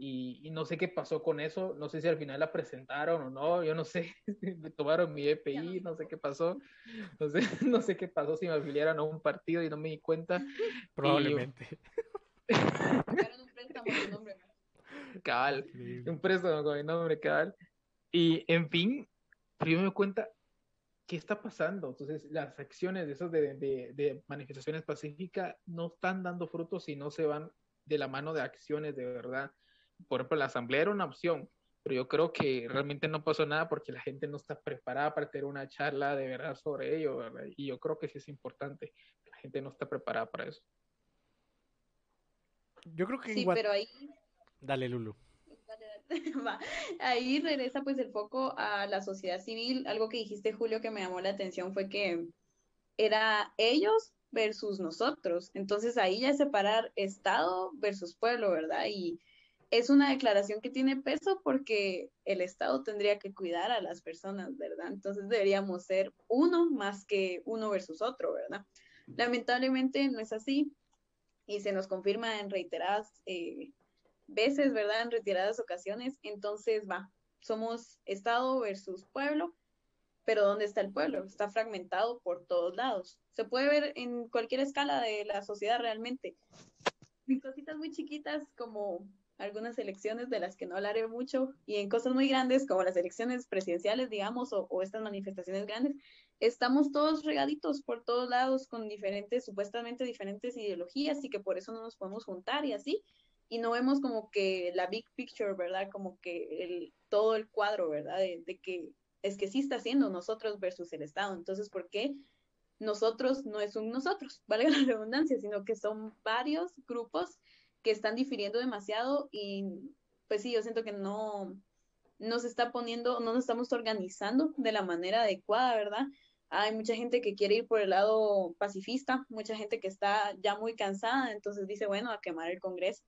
y no sé qué pasó con eso, no sé si al final la presentaron o no, yo no sé, me tomaron mi Ya no EPI, sé no sé qué tampoco. pasó, no sé, no sé qué pasó, si me afiliaron a un partido y no me di cuenta, y Probablemente. Sacaron un préstamo a tu nombre, ¿no? cabal, Increíble. un préstamo con mi nombre, cabal, y en fin, pero yo me doy cuenta qué está pasando. Entonces, las acciones de esos de manifestaciones pacíficas no están dando frutos si no se van de la mano de acciones de verdad. Por ejemplo, la asamblea era una opción, pero yo creo que realmente no pasó nada porque la gente no está preparada para tener una charla de verdad sobre ello, ¿verdad? Y yo creo que sí es importante. La gente no está preparada para eso. Yo creo que en Sí, Guat... pero ahí, Dale, Lulu. dale, dale, va. Ahí regresa pues el foco a la sociedad civil. Algo que dijiste, Julio, que me llamó la atención fue que era ellos versus nosotros. Entonces ahí ya es separar Estado versus pueblo, ¿verdad? Y es una declaración que tiene peso porque el Estado tendría que cuidar a las personas, ¿verdad? Entonces deberíamos ser uno más que uno versus otro, ¿verdad? Lamentablemente no es así y se nos confirma en reiteradas veces, ¿verdad? En reiteradas ocasiones. Entonces va, somos Estado versus pueblo, pero ¿dónde está el pueblo? Está fragmentado por todos lados. Se puede ver en cualquier escala de la sociedad realmente. En cositas muy chiquitas como algunas elecciones de las que no hablaré mucho y en cosas muy grandes como las elecciones presidenciales, digamos, o estas manifestaciones grandes, estamos todos regaditos por todos lados con diferentes, supuestamente diferentes ideologías y que por eso no nos podemos juntar y así. Y no vemos como que la big picture, ¿verdad? Como que todo el cuadro, ¿verdad? De que es que sí está siendo nosotros versus el Estado. Entonces, ¿por qué nosotros no es un nosotros, valga la redundancia, sino que son varios grupos que están difiriendo demasiado y pues sí, yo siento que no se está poniendo, no nos estamos organizando de la manera adecuada, ¿verdad? Hay mucha gente que quiere ir por el lado pacifista, mucha gente que está ya muy cansada, entonces dice, bueno, a quemar el Congreso.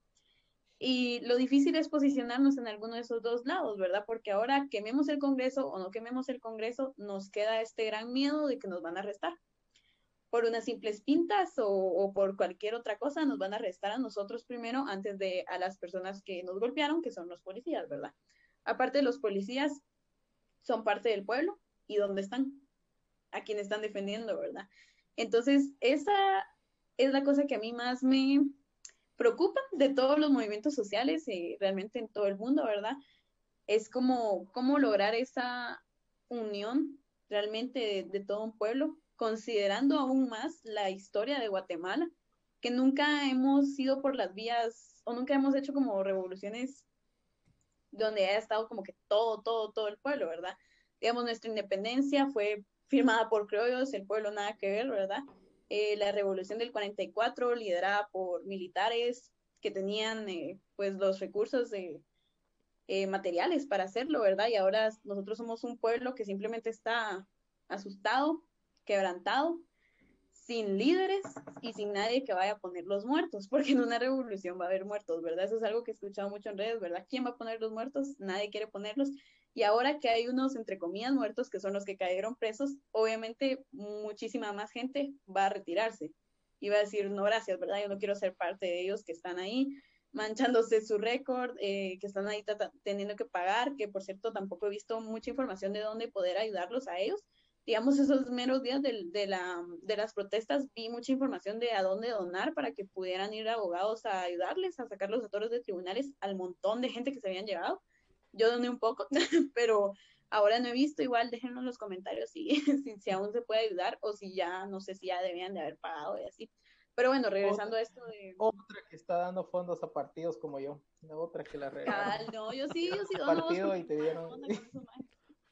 Y lo difícil es posicionarnos en alguno de esos dos lados, ¿verdad? Porque ahora quememos el Congreso o no quememos el Congreso, nos queda este gran miedo de que nos van a arrestar por unas simples pintas o por cualquier otra cosa, nos van a arrestar a nosotros primero antes de a las personas que nos golpearon, que son los policías, ¿verdad? Aparte, los policías son parte del pueblo y ¿dónde están? A quien están defendiendo, ¿verdad? Entonces, esa es la cosa que a mí más me preocupa de todos los movimientos sociales realmente en todo el mundo, ¿verdad? Es como cómo lograr esa unión realmente de todo un pueblo, considerando aún más la historia de Guatemala, que nunca hemos ido por las vías o nunca hemos hecho como revoluciones donde haya estado como que todo el pueblo, ¿verdad? Digamos, nuestra independencia fue firmada por criollos, el pueblo nada que ver, ¿verdad? La revolución del 44, liderada por militares que tenían pues los recursos materiales para hacerlo, ¿verdad? Y ahora nosotros somos un pueblo que simplemente está asustado, quebrantado, sin líderes y sin nadie que vaya a poner los muertos, porque en una revolución va a haber muertos, ¿verdad? Eso es algo que he escuchado mucho en redes, ¿verdad? ¿Quién va a poner los muertos? Nadie quiere ponerlos. Y ahora que hay unos, entre comillas, muertos, que son los que cayeron presos, obviamente muchísima más gente va a retirarse y va a decir, no, gracias, ¿verdad? Yo no quiero ser parte de ellos que están ahí manchándose su récord, que están ahí teniendo que pagar, que por cierto tampoco he visto mucha información de dónde poder ayudarlos a ellos. Digamos, esos meros días de las protestas vi mucha información de a dónde donar para que pudieran ir abogados a ayudarles, a sacar los atores de tribunales al montón de gente que se habían llegado. Yo doné un poco, pero ahora no he visto, igual déjenlo en los comentarios si aún se puede ayudar o si ya, no sé si ya debían de haber pagado y así. Pero bueno, regresando Otra, a esto de, otra que está dando fondos a partidos como yo, la otra que la regaron. no, yo sí Un dono vos partido porque y te qué dieron. onda con esos majes.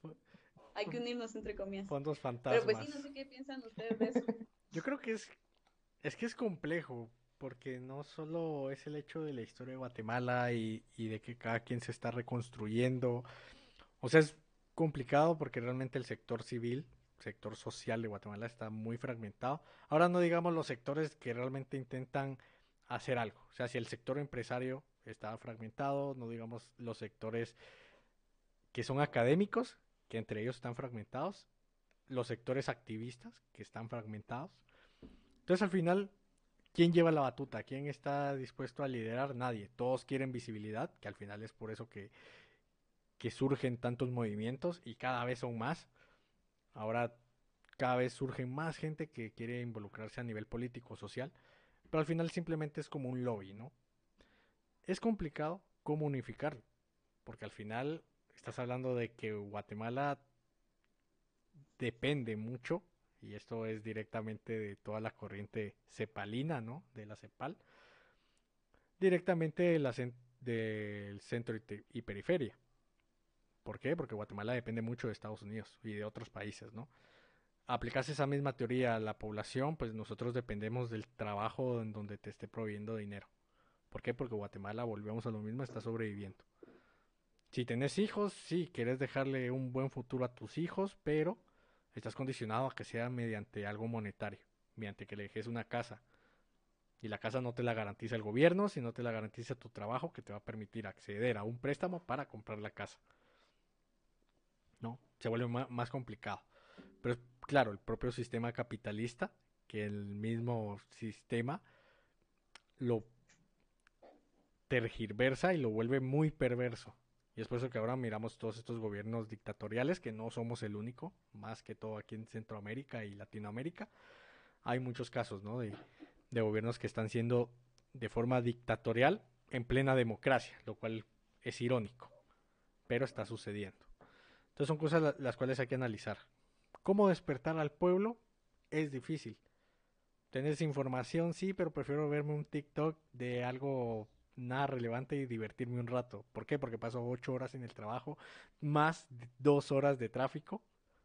Hay que unirnos entre comillas. Fondos Pero pues fantasmas. sí, no sé qué piensan ustedes de eso. Yo creo que es que es complejo, porque no solo es el hecho de la historia de Guatemala y de que cada quien se está reconstruyendo. O sea, es complicado porque realmente el sector civil, sector social de Guatemala está muy fragmentado. Ahora no digamos los sectores que realmente intentan hacer algo. O sea, si el sector empresario está fragmentado, no digamos los sectores que son académicos, que entre ellos están fragmentados, los sectores activistas que están fragmentados. Entonces al final ¿quién lleva la batuta? ¿Quién está dispuesto a liderar? Nadie. Todos quieren visibilidad, que al final es por eso que surgen tantos movimientos y cada vez son más. Ahora cada vez surgen más gente que quiere involucrarse a nivel político, social, pero al final simplemente es como un lobby, ¿no? Es complicado cómo unificarlo, porque al final estás hablando de que Guatemala depende mucho, y esto es directamente de toda la corriente cepalina, ¿no? De la cepal, directamente de del centro y periferia. ¿Por qué? Porque Guatemala depende mucho de Estados Unidos y de otros países, ¿no? Aplicase esa misma teoría a la población, pues nosotros dependemos del trabajo en donde te esté proveyendo dinero. ¿Por qué? Porque Guatemala, volvemos a lo mismo, está sobreviviendo. Si tenés hijos, sí, quieres dejarle un buen futuro a tus hijos, pero estás condicionado a que sea mediante algo monetario, mediante que le dejes una casa. Y la casa no te la garantiza el gobierno, sino te la garantiza tu trabajo, que te va a permitir acceder a un préstamo para comprar la casa. ¿No? Se vuelve más complicado. Pero claro, el propio sistema capitalista, que el mismo sistema lo tergiversa y lo vuelve muy perverso. Y es por eso que ahora miramos todos estos gobiernos dictatoriales, que no somos el único, más que todo aquí en Centroamérica y Latinoamérica. Hay muchos casos, ¿no? De gobiernos que están siendo de forma dictatorial en plena democracia, lo cual es irónico, pero está sucediendo. Entonces son cosas las cuales hay que analizar. ¿Cómo despertar al pueblo? Es difícil. Tener información, sí, pero prefiero verme un TikTok de algo nada relevante y divertirme un rato. ¿Por qué? Porque paso 8 horas en el trabajo, más 2 horas de tráfico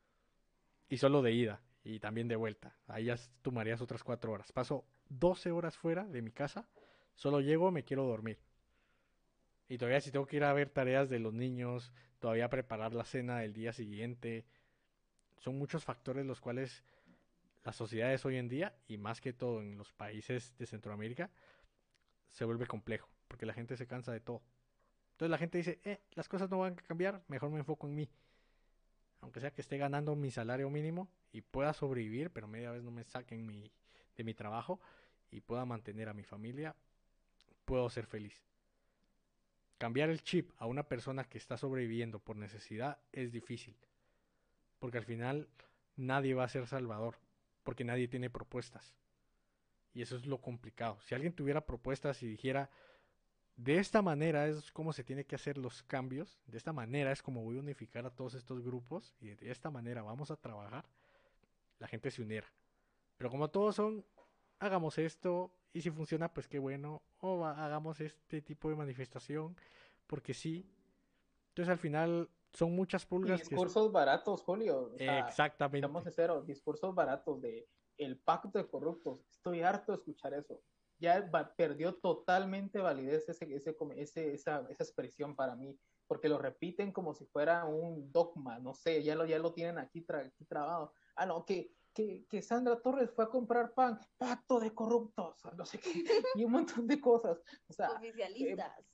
y solo de ida y también de vuelta. Ahí ya tomarías otras 4 horas. Paso 12 horas fuera de mi casa, solo llego, me quiero dormir. Y todavía si tengo que ir a ver tareas de los niños, todavía preparar la cena del día siguiente. Son muchos factores los cuales las sociedades hoy en día, y más que todo en los países de Centroamérica, se vuelve complejo, porque la gente se cansa de todo. Entonces la gente dice, las cosas no van a cambiar, mejor me enfoco en mí. Aunque sea que esté ganando mi salario mínimo y pueda sobrevivir, pero media vez no me saquen de mi trabajo y pueda mantener a mi familia, puedo ser feliz. Cambiar el chip a una persona que está sobreviviendo por necesidad es difícil, porque al final nadie va a ser salvador, porque nadie tiene propuestas. Y eso es lo complicado. Si alguien tuviera propuestas y dijera, de esta manera es como se tiene que hacer los cambios, de esta manera es como voy a unificar a todos estos grupos y de esta manera vamos a trabajar, la gente se uniera. Pero como todos son, hagamos esto y si funciona, pues qué bueno, o hagamos este tipo de manifestación, porque sí. Entonces al final son muchas Y pulgas discursos baratos, Julio. O sea, exactamente. estamos sinceros, discursos baratos de el pacto de corruptos. Estoy harto de escuchar eso. Ya perdió totalmente validez esa expresión para mí, porque lo repiten como si fuera un dogma, no sé, ya lo tienen aquí trabado. Ah, no, que Sandra Torres fue a comprar pan, pacto de corruptos, no sé qué, y un montón de cosas. O sea, Oficialistas.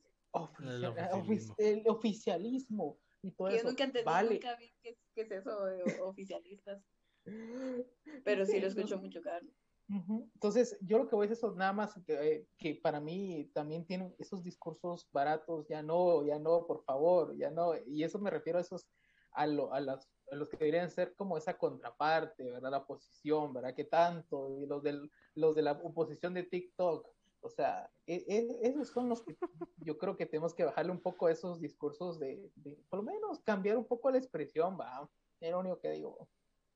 el oficialismo y todo Que yo eso. nunca entendí, Vale. nunca vi qué es eso de oficialistas. Pero sí lo escucho mucho, Carlos. Entonces, yo lo que voy a decir es eso, nada más que para mí también tienen esos discursos baratos, ya no, por favor, ya no, y eso me refiero a esos, a los que deberían ser como esa contraparte, ¿verdad? La oposición, ¿verdad? Que tanto, y los de la oposición de TikTok, o sea, esos son los que yo creo que tenemos que bajarle un poco a esos discursos de por lo menos cambiar un poco la expresión, va, es lo único que digo.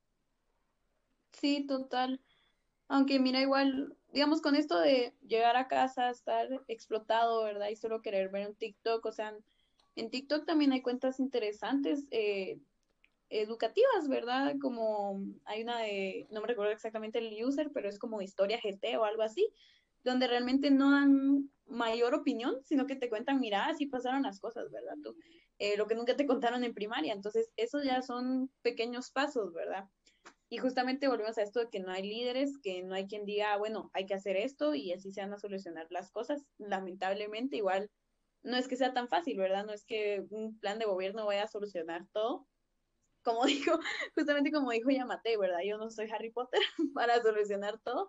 Sí, total. Aunque mira, igual, digamos, con esto de llegar a casa, estar explotado, ¿verdad? Y solo querer ver un TikTok, o sea, en TikTok también hay cuentas interesantes, educativas, ¿verdad? Como hay una de, no me recuerdo exactamente el user, pero es como Historia GT o algo así, donde realmente no dan mayor opinión, sino que te cuentan, mira, así pasaron las cosas, ¿verdad? Tú, lo que nunca te contaron en primaria. Entonces, esos ya son pequeños pasos, ¿verdad? Y justamente volvemos a esto de que no hay líderes, que no hay quien diga, bueno, hay que hacer esto y así se van a solucionar las cosas. Lamentablemente, igual, no es que sea tan fácil, ¿verdad? No es que un plan de gobierno vaya a solucionar todo. Como dijo, justamente como dijo Yamate, ¿verdad? Yo no soy Harry Potter para solucionar todo,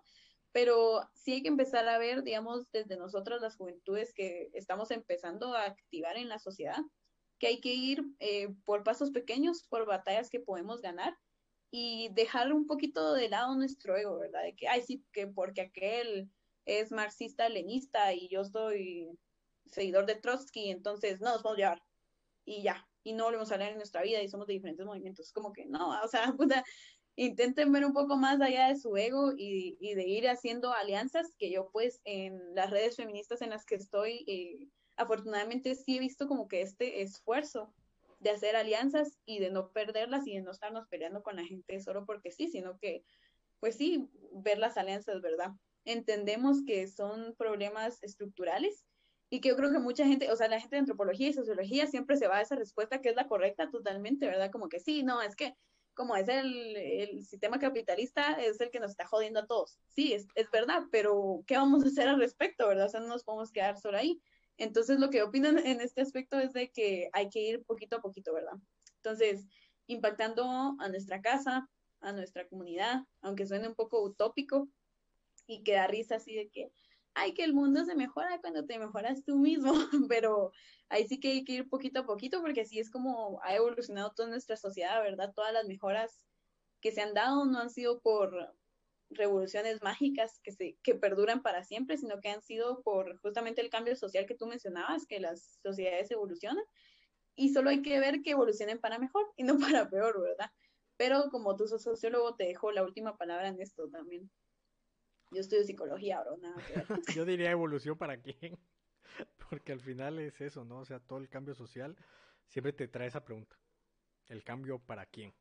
pero sí hay que empezar a ver, digamos, desde nosotros las juventudes que estamos empezando a activar en la sociedad, que hay que ir por pasos pequeños, por batallas que podemos ganar y dejar un poquito de lado nuestro ego, ¿verdad? De que, ay, sí, que porque aquel es marxista-leninista y yo soy seguidor de Trotsky, entonces no nos podemos llevar y ya, y no volvemos a hablar en nuestra vida y somos de diferentes movimientos. Como que no, o sea, puta, intenten ver un poco más allá de su ego y de ir haciendo alianzas, que yo pues en las redes feministas en las que estoy, afortunadamente sí he visto como que este esfuerzo de hacer alianzas y de no perderlas y de no estarnos peleando con la gente solo porque sí, sino que pues sí, ver las alianzas, ¿verdad? Entendemos que son problemas estructurales y que yo creo que mucha gente, o sea, la gente de antropología y sociología siempre se va a esa respuesta que es la correcta totalmente, ¿verdad? Como que sí, no, es que como es el sistema capitalista, es el que nos está jodiendo a todos. Sí, es verdad, pero ¿qué vamos a hacer al respecto, verdad? O sea, no nos podemos quedar solo ahí. Entonces, lo que opinan en este aspecto es de que hay que ir poquito a poquito, ¿verdad? Entonces, impactando a nuestra casa, a nuestra comunidad, aunque suene un poco utópico y que da risa así de que, ay, que el mundo se mejora cuando te mejoras tú mismo, pero ahí sí que hay que ir poquito a poquito porque así es como ha evolucionado toda nuestra sociedad, ¿verdad? Todas las mejoras que se han dado no han sido por revoluciones mágicas que perduran para siempre, sino que han sido por justamente el cambio social que tú mencionabas, que las sociedades evolucionan y solo hay que ver que evolucionen para mejor y no para peor, ¿verdad? Pero como tú sos sociólogo, te dejo la última palabra en esto también. Yo estudio psicología, bro, nada que ver. Yo diría evolución para quién, porque al final es eso, ¿no? O sea, todo el cambio social siempre te trae esa pregunta. ¿El cambio para quién?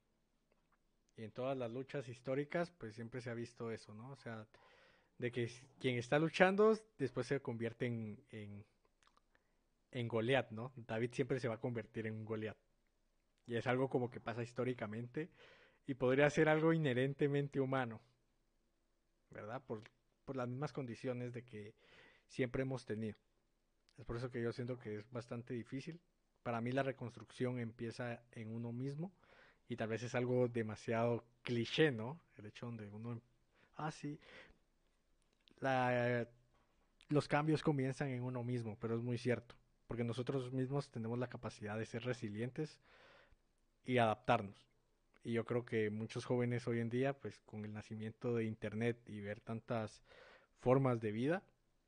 Y en todas las luchas históricas, pues siempre se ha visto eso, ¿no? O sea, de que quien está luchando después se convierte en Goliat, ¿no? David siempre se va a convertir en un Goliat. Y es algo como que pasa históricamente y podría ser algo inherentemente humano, ¿verdad? Por las mismas condiciones de que siempre hemos tenido. Es por eso que yo siento que es bastante difícil. Para mí la reconstrucción empieza en uno mismo y tal vez es algo demasiado cliché, ¿no? El hecho donde uno... Ah, sí, la, los cambios comienzan en uno mismo, pero es muy cierto, porque nosotros mismos tenemos la capacidad de ser resilientes y adaptarnos. Y yo creo que muchos jóvenes hoy en día, pues con el nacimiento de Internet y ver tantas formas de vida,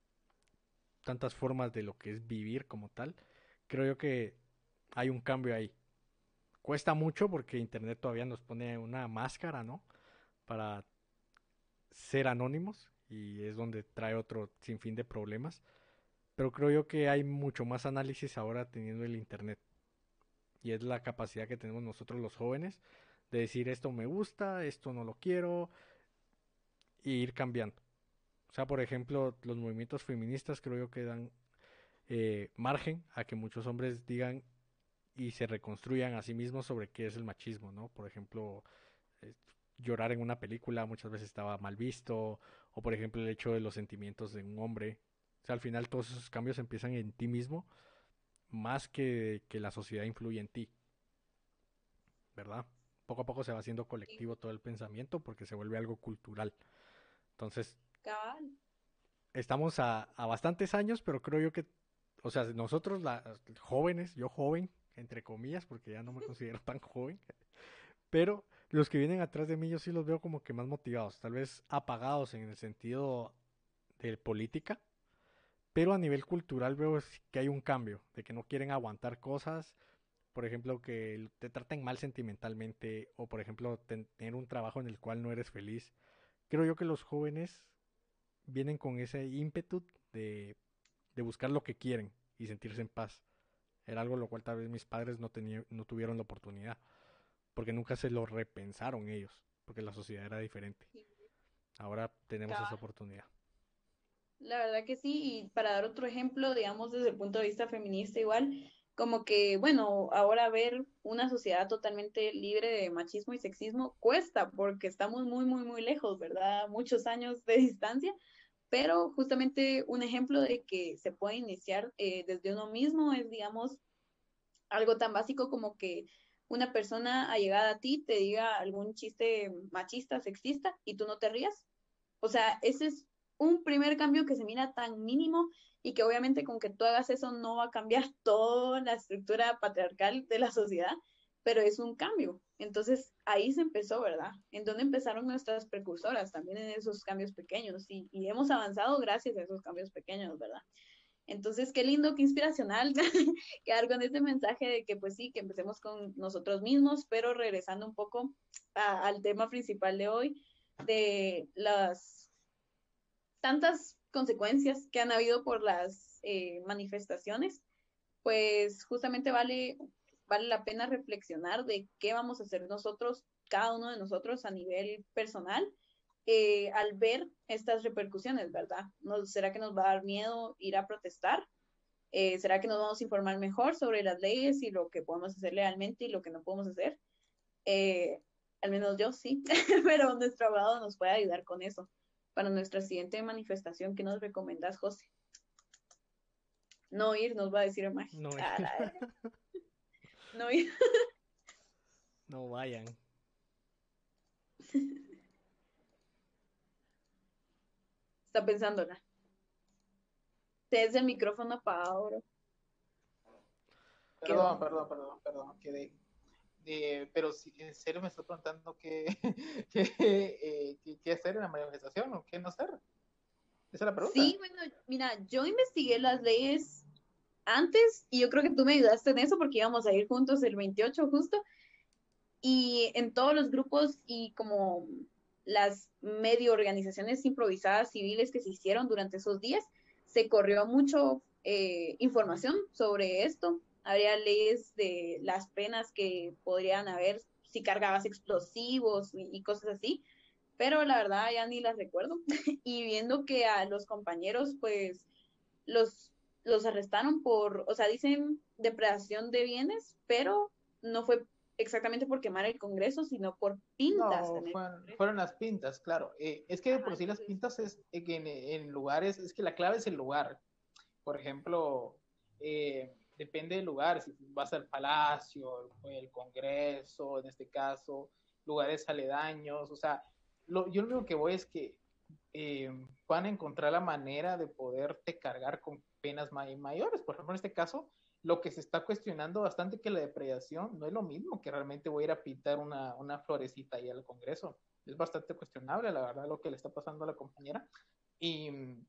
tantas formas de lo que es vivir como tal, creo yo que hay un cambio ahí. Cuesta mucho porque Internet todavía nos pone una máscara, ¿no? Para ser anónimos y es donde trae otro sinfín de problemas. Pero creo yo que hay mucho más análisis ahora teniendo el Internet. Y es la capacidad que tenemos nosotros los jóvenes de decir esto me gusta, esto no lo quiero, y ir cambiando. O sea, por ejemplo, los movimientos feministas creo yo que dan margen a que muchos hombres digan y se reconstruyan a sí mismos sobre qué es el machismo, ¿no? Por ejemplo, eh, llorar en una película muchas veces estaba mal visto, o por ejemplo el hecho de los sentimientos de un hombre. O sea, al final todos esos cambios empiezan en ti mismo, más que la sociedad influye en ti, ¿verdad? Poco a poco se va haciendo colectivo todo el pensamiento porque se vuelve algo cultural. Entonces, Cabal. estamos a bastantes años, pero creo yo que, o sea, nosotros, jóvenes, yo joven, entre comillas, porque ya no me considero tan joven, pero los que vienen atrás de mí yo sí los veo como que más motivados, tal vez apagados en el sentido de política, pero a nivel cultural veo que hay un cambio, de que no quieren aguantar cosas, por ejemplo, que te traten mal sentimentalmente, o por ejemplo, tener un trabajo en el cual no eres feliz. Creo yo que los jóvenes vienen con ese ímpetu de buscar lo que quieren y sentirse en paz. Era algo lo cual tal vez mis padres no tuvieron la oportunidad, porque nunca se lo repensaron ellos, porque la sociedad era diferente. Ahora tenemos esa Cabal. oportunidad. La verdad que sí, y para dar otro ejemplo, digamos, desde el punto de vista feminista igual, como que, bueno, ahora ver una sociedad totalmente libre de machismo y sexismo cuesta, porque estamos muy, muy, muy lejos, ¿verdad? Muchos años de distancia, pero justamente un ejemplo de que se puede iniciar desde uno mismo es, digamos, algo tan básico como que una persona allegada a ti te diga algún chiste machista, sexista, y tú no te rías. O sea, ese es un primer cambio que se mira tan mínimo y que obviamente con que tú hagas eso no va a cambiar toda la estructura patriarcal de la sociedad, pero es un cambio. Entonces ahí se empezó, ¿verdad? En donde empezaron nuestras precursoras, también en esos cambios pequeños y hemos avanzado gracias a esos cambios pequeños, ¿verdad? Entonces, qué lindo, qué inspiracional quedar con este mensaje de que pues sí, que empecemos con nosotros mismos, pero regresando un poco al tema principal de hoy, de las tantas consecuencias que han habido por las manifestaciones, pues justamente vale la pena reflexionar de qué vamos a hacer nosotros, cada uno de nosotros a nivel personal, al ver estas repercusiones, ¿verdad? ¿Será que nos va a dar miedo ir a protestar? ¿Será que nos vamos a informar mejor sobre las leyes y lo que podemos hacer legalmente y lo que no podemos hacer? Eh, Al menos yo sí, pero nuestro abogado nos puede ayudar con eso. Para nuestra siguiente manifestación, ¿qué nos recomiendas, José? No ir, nos va a decir el Maggi. No, No ir. no vayan. Está pensándola. Tienes el micrófono apagado, bro. Perdón, pero si en serio me estoy preguntando qué hacer en la manifestación o qué no hacer. Esa es la pregunta. Sí, bueno, mira, yo investigué las leyes antes y yo creo que tú me ayudaste en eso porque íbamos a ir juntos el 28 justo y en todos los grupos y como las medio organizaciones improvisadas civiles que se hicieron durante esos días, se corrió mucho información sobre esto. Habría leyes de las penas que podrían haber si cargabas explosivos y cosas así, pero la verdad ya ni las recuerdo. Y viendo que a los compañeros, pues, los, los arrestaron por, o sea, dicen depredación de bienes, pero no fue exactamente por quemar el Congreso, sino por pintas No, en el Congreso. fueron las pintas, claro. Es que de Ajá, por sí las entonces, pintas es que en lugares, es que la clave es el lugar. Por ejemplo, depende del lugar, si vas al Palacio, el Congreso, en este caso, lugares aledaños, o sea, yo lo único que voy es que van a encontrar la manera de poderte cargar con penas mayores. Por ejemplo, en este caso, lo que se está cuestionando bastante que la depredación no es lo mismo que realmente voy a ir a pintar una florecita ahí al Congreso. Es bastante cuestionable, la verdad, lo que le está pasando a la compañera. Y,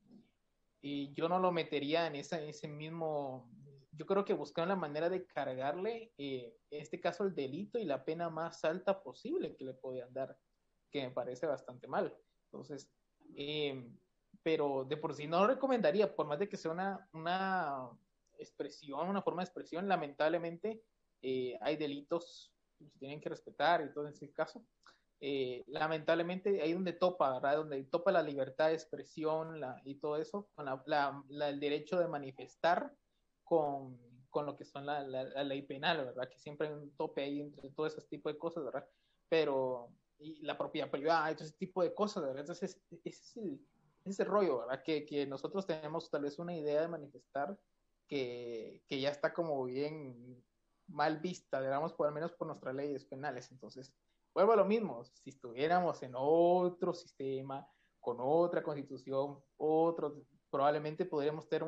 y yo no lo metería en ese mismo. Yo creo que buscaron la manera de cargarle, en este caso, el delito y la pena más alta posible que le podían dar, que me parece bastante mal. Entonces, eh, pero de por sí no lo recomendaría, por más de que sea una expresión, una forma de expresión, lamentablemente hay delitos que se tienen que respetar y todo en ese caso. Lamentablemente ahí donde topa, ¿verdad? Donde topa la libertad de expresión y todo eso, con el derecho de manifestar con, con lo que son la ley penal, ¿verdad? Que siempre hay un tope ahí entre todo ese tipo de cosas, ¿verdad? Pero, y la propiedad privada y todo ese tipo de cosas, ¿verdad? Entonces, ese rollo, ¿verdad? Que nosotros tenemos tal vez una idea de manifestar que ya está como bien mal vista, digamos, por al menos por nuestras leyes penales. Entonces, vuelvo a lo mismo, si estuviéramos en otro sistema, con otra constitución, probablemente podríamos tener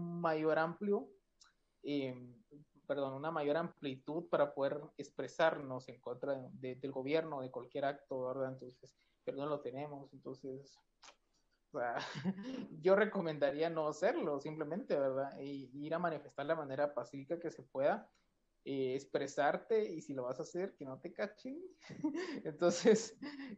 eh, una mayor amplitud para poder expresarnos en contra del gobierno, de cualquier acto, ¿verdad? Entonces, pero no lo tenemos, entonces, o sea, yo recomendaría no hacerlo, simplemente, ¿verdad? Y ir a manifestar de la manera pacífica que se pueda, expresarte, y si lo vas a hacer, que no te cachen. Entonces,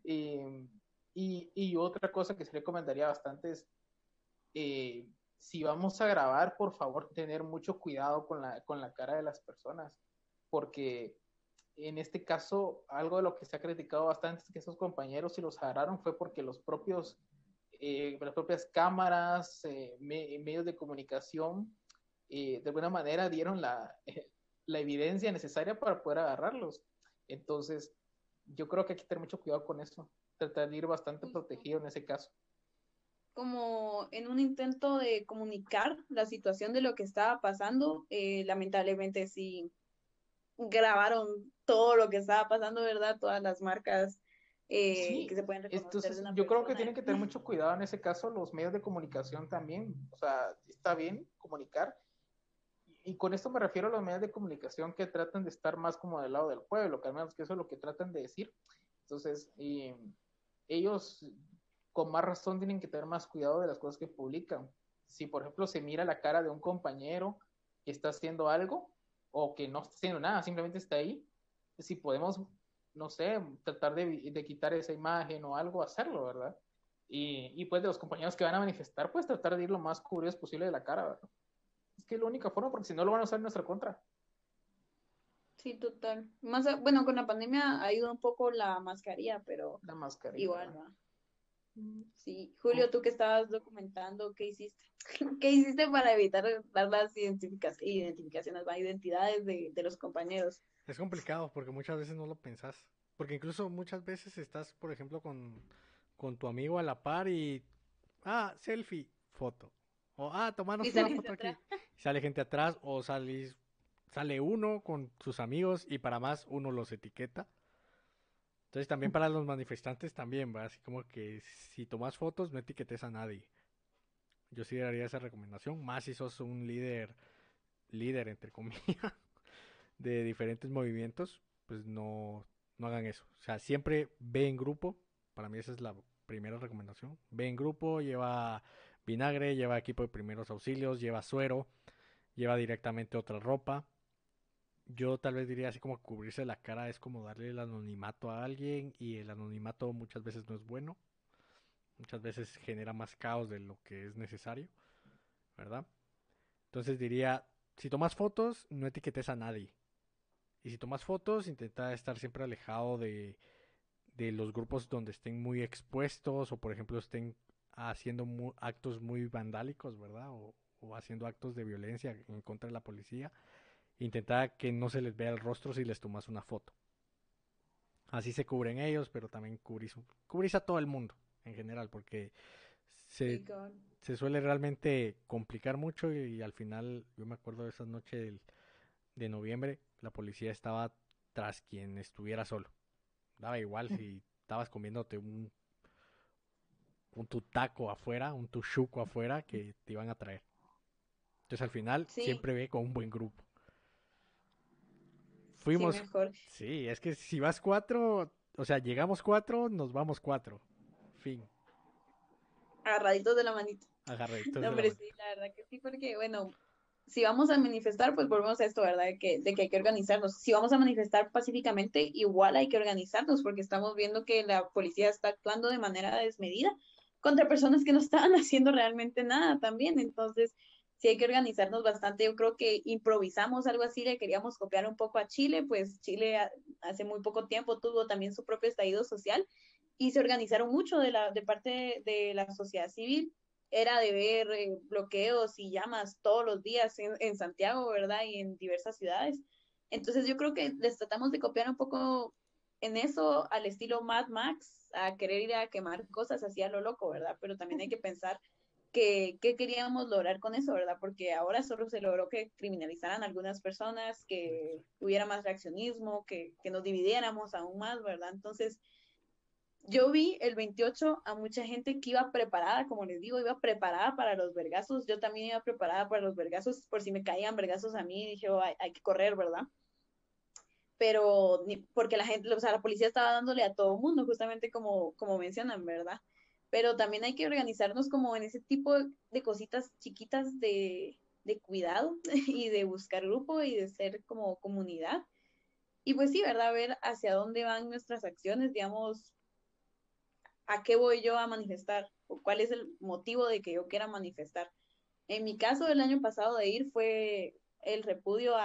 y otra cosa que se recomendaría bastante es, si vamos a grabar, por favor, tener mucho cuidado con la cara de las personas, porque en este caso, algo de lo que se ha criticado bastante es que esos compañeros, si los agarraron, fue porque las propias cámaras, medios de comunicación, de alguna manera dieron la evidencia necesaria para poder agarrarlos. Entonces, yo creo que hay que tener mucho cuidado con eso, tratar de ir bastante justo protegido en ese caso. como en un intento de comunicar la situación de lo que estaba pasando, lamentablemente sí grabaron todo lo que estaba pasando, ¿verdad? Todas las marcas que Sí, se pueden reconocer de entonces una yo creo que persona. tienen que tener mucho cuidado en ese caso los medios de comunicación también. O sea, está bien comunicar. Y con esto me refiero a los medios de comunicación que tratan de estar más como del lado del pueblo, que al menos que eso es lo que tratan de decir. Entonces, ellos con más razón tienen que tener más cuidado de las cosas que publican. Si, por ejemplo, se mira la cara de un compañero que está haciendo algo o que no está haciendo nada, simplemente está ahí, si podemos, no sé, tratar de quitar esa imagen o algo, hacerlo, ¿verdad? Pues de los compañeros que van a manifestar, pues tratar de ir lo más cubridos posible de la cara, ¿verdad? Es que es la única forma, porque si no lo van a usar en nuestra contra. Sí, total. Más, bueno, con la pandemia ha ido un poco la mascarilla, pero La mascarilla, igual, ¿verdad? ¿va? Sí. Con- Julio, tú que estabas documentando, ¿qué hiciste? ¿Qué hiciste para evitar dar las identificaciones, ¿va? Identidades de los compañeros? Es complicado porque muchas veces no lo pensás. Porque incluso muchas veces estás, por ejemplo, con tu amigo a la par y... Ah, selfie, foto. O, ah, Y tomarnos una saliste foto atrás. aquí. Y sale gente atrás o sale uno con sus amigos y para más uno los etiqueta. Entonces también para los manifestantes también, va. Así como que si tomas fotos no etiquetes a nadie. Yo sí daría esa recomendación. Más si sos un líder entre comillas, de diferentes movimientos, pues no hagan eso. O sea, siempre ve en grupo. Para mí esa es la primera recomendación. Ve en grupo, lleva vinagre, lleva equipo de primeros auxilios, lleva suero, lleva directamente otra ropa. Yo tal vez diría así como cubrirse la cara es como darle el anonimato a alguien y el anonimato muchas veces no es bueno. Muchas veces genera más caos de lo que es necesario, ¿verdad? Entonces diría, si tomas fotos, no etiquetes a nadie. Y si tomas fotos, intenta estar siempre alejado de los grupos donde estén muy expuestos o por ejemplo estén haciendo actos muy vandálicos, ¿verdad? O haciendo actos de violencia en contra de la policía. Intenta que no se les vea el rostro si les tomas una foto. Así se cubren ellos, pero también cubrís a todo el mundo en general, porque se, Sí, cabrón. se suele realmente complicar mucho y al final, yo me acuerdo de esa noche de noviembre, la policía estaba tras quien estuviera solo. Daba igual si estabas comiéndote un tutaco afuera, un tushuco afuera que te iban a traer. Entonces al final Sí, siempre ve con un buen grupo. sí, Fuimos, mejor. sí, es que si vas cuatro, o sea, llegamos cuatro, nos vamos cuatro. Fin, Agarraditos de la manita. agarraditos No, de la hombre, mano. sí, la verdad que sí, porque, bueno, si vamos a manifestar, pues volvemos a esto, ¿verdad? De que hay que organizarnos. Si vamos a manifestar pacíficamente, igual hay que organizarnos, porque estamos viendo que la policía está actuando de manera desmedida contra personas que no estaban haciendo realmente nada también. Entonces, sí hay que organizarnos bastante. Yo creo que improvisamos algo así, le queríamos copiar un poco a Chile, pues Chile hace muy poco tiempo tuvo también su propio estallido social y se organizaron mucho de parte de la sociedad civil era de ver bloqueos y llamas todos los días en Santiago, ¿verdad? Y en diversas ciudades. Entonces yo creo que les tratamos de copiar un poco en eso al estilo Mad Max, a querer ir a quemar cosas así a lo loco, ¿verdad? Pero también hay que pensar qué queríamos lograr con eso, ¿verdad? Porque ahora solo se logró que criminalizaran a algunas personas, que hubiera más reaccionismo, que nos dividiéramos aún más, ¿verdad? Entonces, yo vi el 28 a mucha gente que iba preparada, como les digo, iba preparada para los vergazos. Yo también iba preparada para los vergazos, por si me caían vergazos a mí, dije, oh, hay que correr, ¿verdad? Pero porque la gente, o sea, la policía estaba dándole a todo mundo, justamente como mencionan, ¿verdad? Pero también hay que organizarnos como en ese tipo de cositas chiquitas de cuidado y de buscar grupo y de ser como comunidad. Y pues sí, ¿verdad? Ver hacia dónde van nuestras acciones, digamos, a qué voy yo a manifestar o cuál es el motivo de que yo quiera manifestar. En mi caso, el año pasado de ir fue el repudio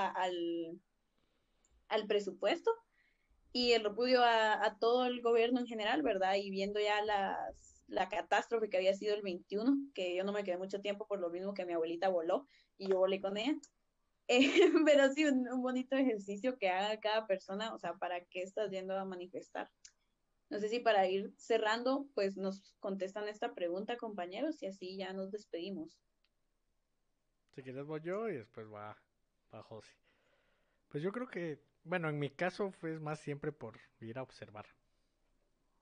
al presupuesto y el repudio a todo el gobierno en general, ¿verdad? Y viendo ya la catástrofe que había sido el 21, que yo no me quedé mucho tiempo por lo mismo que mi abuelita voló y yo volé con ella. Pero sí, un bonito ejercicio que haga cada persona, o sea, ¿para qué estás yendo a manifestar? No sé si para ir cerrando, pues nos contestan esta pregunta, compañeros, y así ya nos despedimos. Si quieres voy yo y después va José. Pues yo creo que, bueno, en mi caso fue más siempre por ir a observar.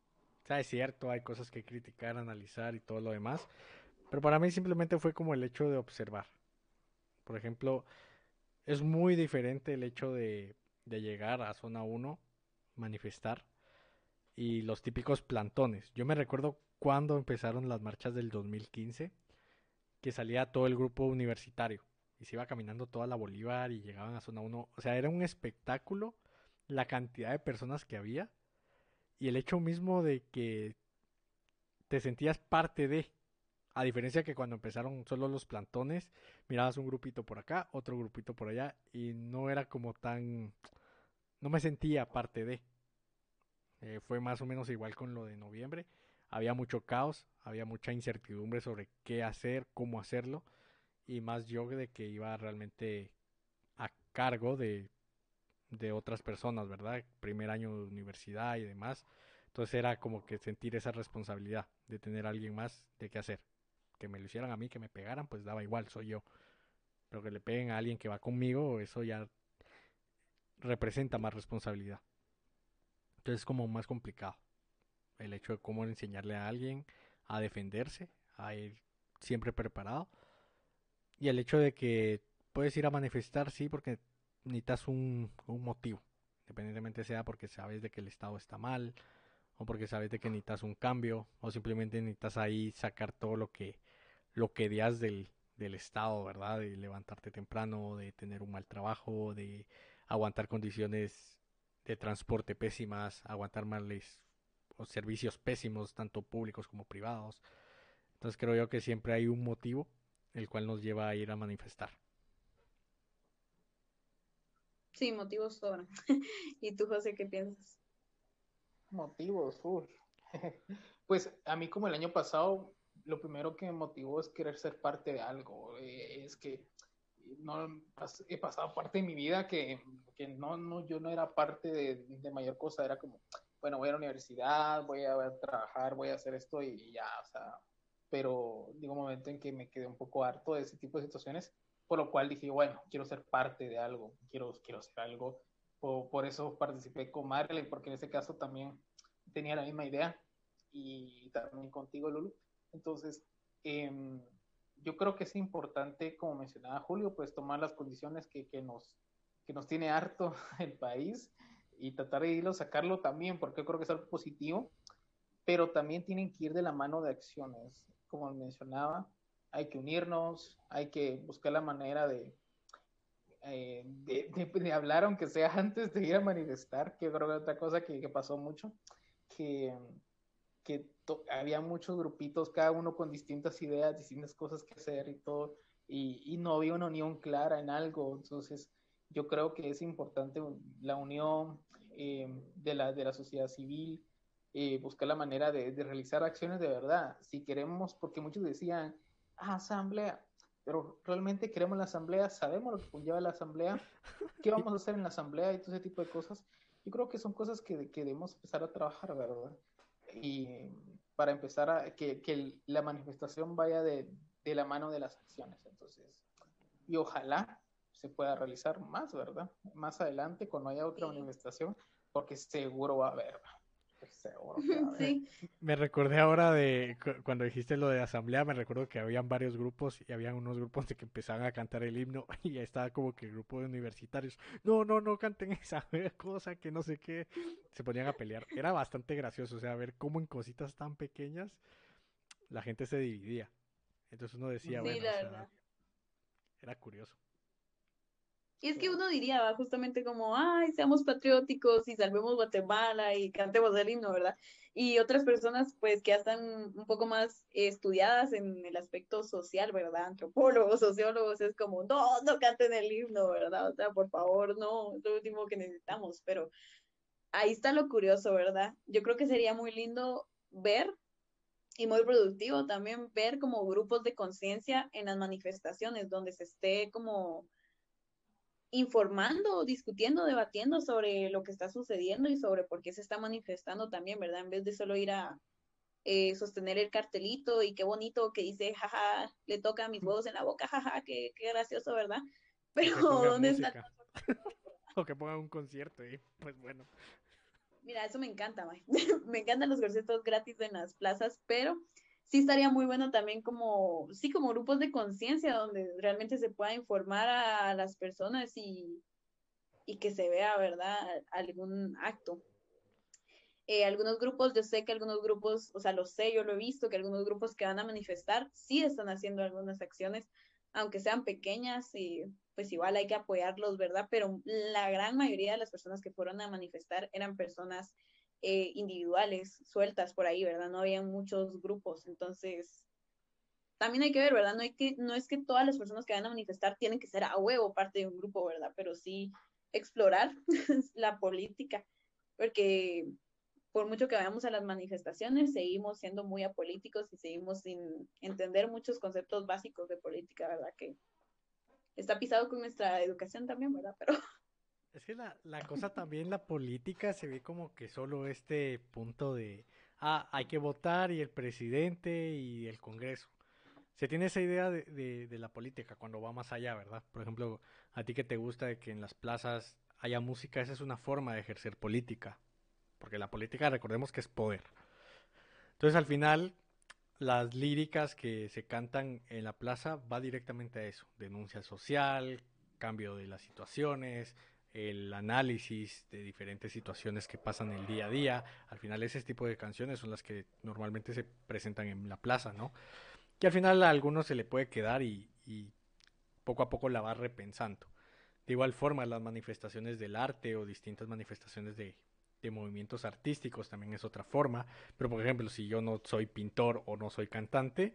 sea, es cierto, hay cosas que criticar, analizar y todo lo demás, pero para mí simplemente fue como el hecho de observar. Por ejemplo, es muy diferente el hecho de llegar a zona uno, manifestar, y los típicos plantones. Yo me recuerdo cuando empezaron las marchas del 2015, que salía todo el grupo universitario y se iba caminando toda la Bolívar y llegaban a zona uno. O sea, era un espectáculo la cantidad de personas que había y el hecho mismo de que te sentías parte de. A diferencia que cuando empezaron solo los plantones, mirabas un grupito por acá, otro grupito por allá y no era como tan... No me sentía parte de. Fue más o menos igual con lo de noviembre. Había mucho caos, había mucha incertidumbre sobre qué hacer, cómo hacerlo, y más yo de que iba realmente a cargo de otras personas, ¿verdad? Primer año de universidad y demás. Entonces era como que sentir esa responsabilidad de tener a alguien más de qué hacer. Que me lo hicieran a mí, que me pegaran, pues daba igual, soy yo. Pero que le peguen a alguien que va conmigo, eso ya representa más responsabilidad. Entonces es como más complicado el hecho de cómo enseñarle a alguien a defenderse, a ir siempre preparado. Y el hecho de que puedes ir a manifestar, sí, porque necesitas un motivo. Independientemente sea porque sabes de que el Estado está mal, o porque sabes de que necesitas un cambio, o simplemente necesitas ahí sacar todo lo que odias del Estado, ¿verdad? De levantarte temprano, de tener un mal trabajo, de aguantar condiciones de transporte pésimas, aguantar males o servicios pésimos, tanto públicos como privados. Entonces creo yo que siempre hay un motivo el cual nos lleva a ir a manifestar. Sí, motivos sobran. ¿Y tú, José, qué piensas? Motivos, uf. Pues a mí como el año pasado, lo primero que me motivó es querer ser parte de algo. Es que no he pasado parte de mi vida que yo no era parte de mayor cosa, era como, bueno, voy a la universidad, voy a trabajar, voy a hacer esto y ya, o sea, pero digo un momento en que me quedé un poco harto de ese tipo de situaciones, por lo cual dije, bueno, quiero ser parte de algo, quiero hacer algo, por eso participé con Marley, porque en ese caso también tenía la misma idea y también contigo, Lulu. Entonces, eh, yo creo que es importante, como mencionaba Julio, pues tomar las condiciones que nos tiene harto el país y tratar de irlo, sacarlo también, porque yo creo que es algo positivo, pero también tienen que ir de la mano de acciones. Como mencionaba, hay que unirnos, hay que buscar la manera de hablar, aunque sea antes de ir a manifestar, que creo que es otra cosa que pasó mucho, que había muchos grupitos, cada uno con distintas ideas, distintas cosas que hacer y todo, y no había una unión clara en algo. Entonces, yo creo que es importante la unión de la sociedad civil, buscar la manera de realizar acciones de verdad. Si queremos, porque muchos decían, asamblea, pero realmente queremos la asamblea, sabemos lo que conlleva la asamblea, qué vamos a hacer en la asamblea y todo ese tipo de cosas. Yo creo que son cosas que debemos empezar a trabajar, ¿verdad? Y para empezar que la manifestación vaya de la mano de las acciones. Entonces, y ojalá se pueda realizar más, ¿verdad? Más adelante, cuando haya otra Sí, manifestación, porque seguro va a haber, seguro que va a haber. Me, sí, me recordé ahora de cuando dijiste lo de asamblea, me recuerdo que habían varios grupos y habían unos grupos de que empezaban a cantar el himno y ya estaba como que el grupo de universitarios, no, no, no canten esa cosa, que no sé qué, se ponían a pelear. Era bastante gracioso, o sea, ver cómo en cositas tan pequeñas la gente se dividía. Entonces uno decía, sí, bueno, o la sea, verdad. era curioso. Y es que Pero, uno diría, ¿va? Justamente como, ay, seamos patrióticos y salvemos Guatemala y cantemos el himno, ¿verdad? Y otras personas, pues, que ya están un poco más estudiadas en el aspecto social, ¿verdad? Antropólogos, sociólogos, es como, no, no canten el himno, ¿verdad? O sea, por favor, no, es lo último que necesitamos. Pero ahí está lo curioso, ¿verdad? Yo creo que sería muy lindo ver y muy productivo también ver como grupos de conciencia en las manifestaciones, donde se esté como informando, discutiendo, debatiendo sobre lo que está sucediendo y sobre por qué se está manifestando también, ¿verdad? En vez de solo ir a sostener el cartelito y qué bonito que dice, jaja, le toca mis huevos en la boca, jaja, qué gracioso, ¿verdad? O Pero que pongan ¿dónde está? música, o que pongan un concierto y pues bueno. Mira, eso me encanta, mae. Me encantan los conciertos gratis en las plazas, pero sí estaría muy bueno también como, sí, como grupos de conciencia donde realmente se pueda informar a las personas y que se vea, ¿verdad? Algún acto. Algunos grupos, yo sé que algunos grupos, o sea, lo sé, yo lo he visto, que algunos grupos que van a manifestar sí están haciendo algunas acciones, aunque sean pequeñas, y pues igual hay que apoyarlos, ¿verdad? Pero la gran mayoría de las personas que fueron a manifestar eran personas individuales, sueltas por ahí, ¿verdad? No había muchos grupos, entonces también hay que ver, ¿verdad? No es que todas las personas que van a manifestar tienen que ser a huevo parte de un grupo, ¿verdad? Pero sí explorar la política, porque por mucho que vayamos a las manifestaciones, seguimos siendo muy apolíticos y seguimos sin entender muchos conceptos básicos de política, ¿verdad? Que está pisado con nuestra educación también, ¿verdad? Pero Es que la cosa también, la política se ve como que solo este punto de, hay que votar y el presidente y el Congreso. Se tiene esa idea de la política cuando va más allá, ¿verdad? Por ejemplo, a ti que te gusta de que en las plazas haya música, esa es una forma de ejercer política, porque la política recordemos que es poder. Entonces al final las líricas que se cantan en la plaza va directamente a eso, denuncia social, cambio de las situaciones, el análisis de diferentes situaciones que pasan el día a día. Al final ese tipo de canciones son las que normalmente se presentan en la plaza, ¿no? Que al final a algunos se le puede quedar y poco a poco la va repensando. De igual forma, las manifestaciones del arte o distintas manifestaciones de movimientos artísticos también es otra forma. Pero por ejemplo, si yo no soy pintor o no soy cantante,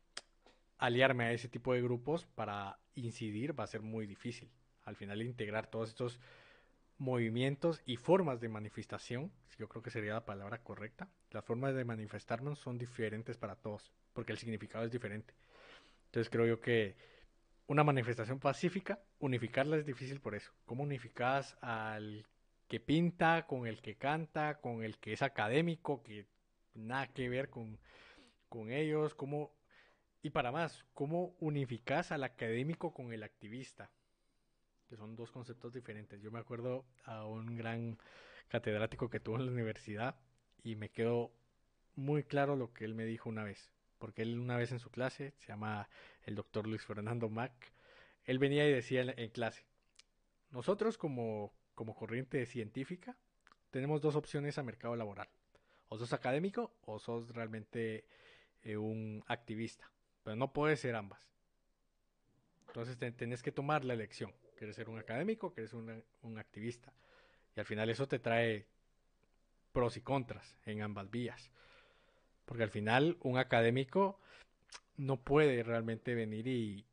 aliarme a ese tipo de grupos para incidir va a ser muy difícil. Al final integrar todos estos movimientos y formas de manifestación, yo creo que sería la palabra correcta. Las formas de manifestarnos son diferentes para todos, porque el significado es diferente. Entonces creo yo que una manifestación pacífica, unificarla es difícil por eso. ¿Cómo unificas al que pinta, con el que canta, con el que es académico, que nada que ver con ellos? ¿Cómo, y para más, cómo unificas al académico con el activista? Que son dos conceptos diferentes. Yo me acuerdo a un gran catedrático que tuvo en la universidad y me quedó muy claro lo que él me dijo una vez. Porque él una vez en su clase, se llama el doctor Luis Fernando Mac, él venía y decía en clase, nosotros como corriente científica tenemos dos opciones a mercado laboral. O sos académico o sos realmente un activista. Pero no puedes ser ambas. Entonces tenés que tomar la elección. ¿Quieres ser un académico o quieres ser un activista? Y al final eso te trae pros y contras en ambas vías. Porque al final un académico no puede realmente venir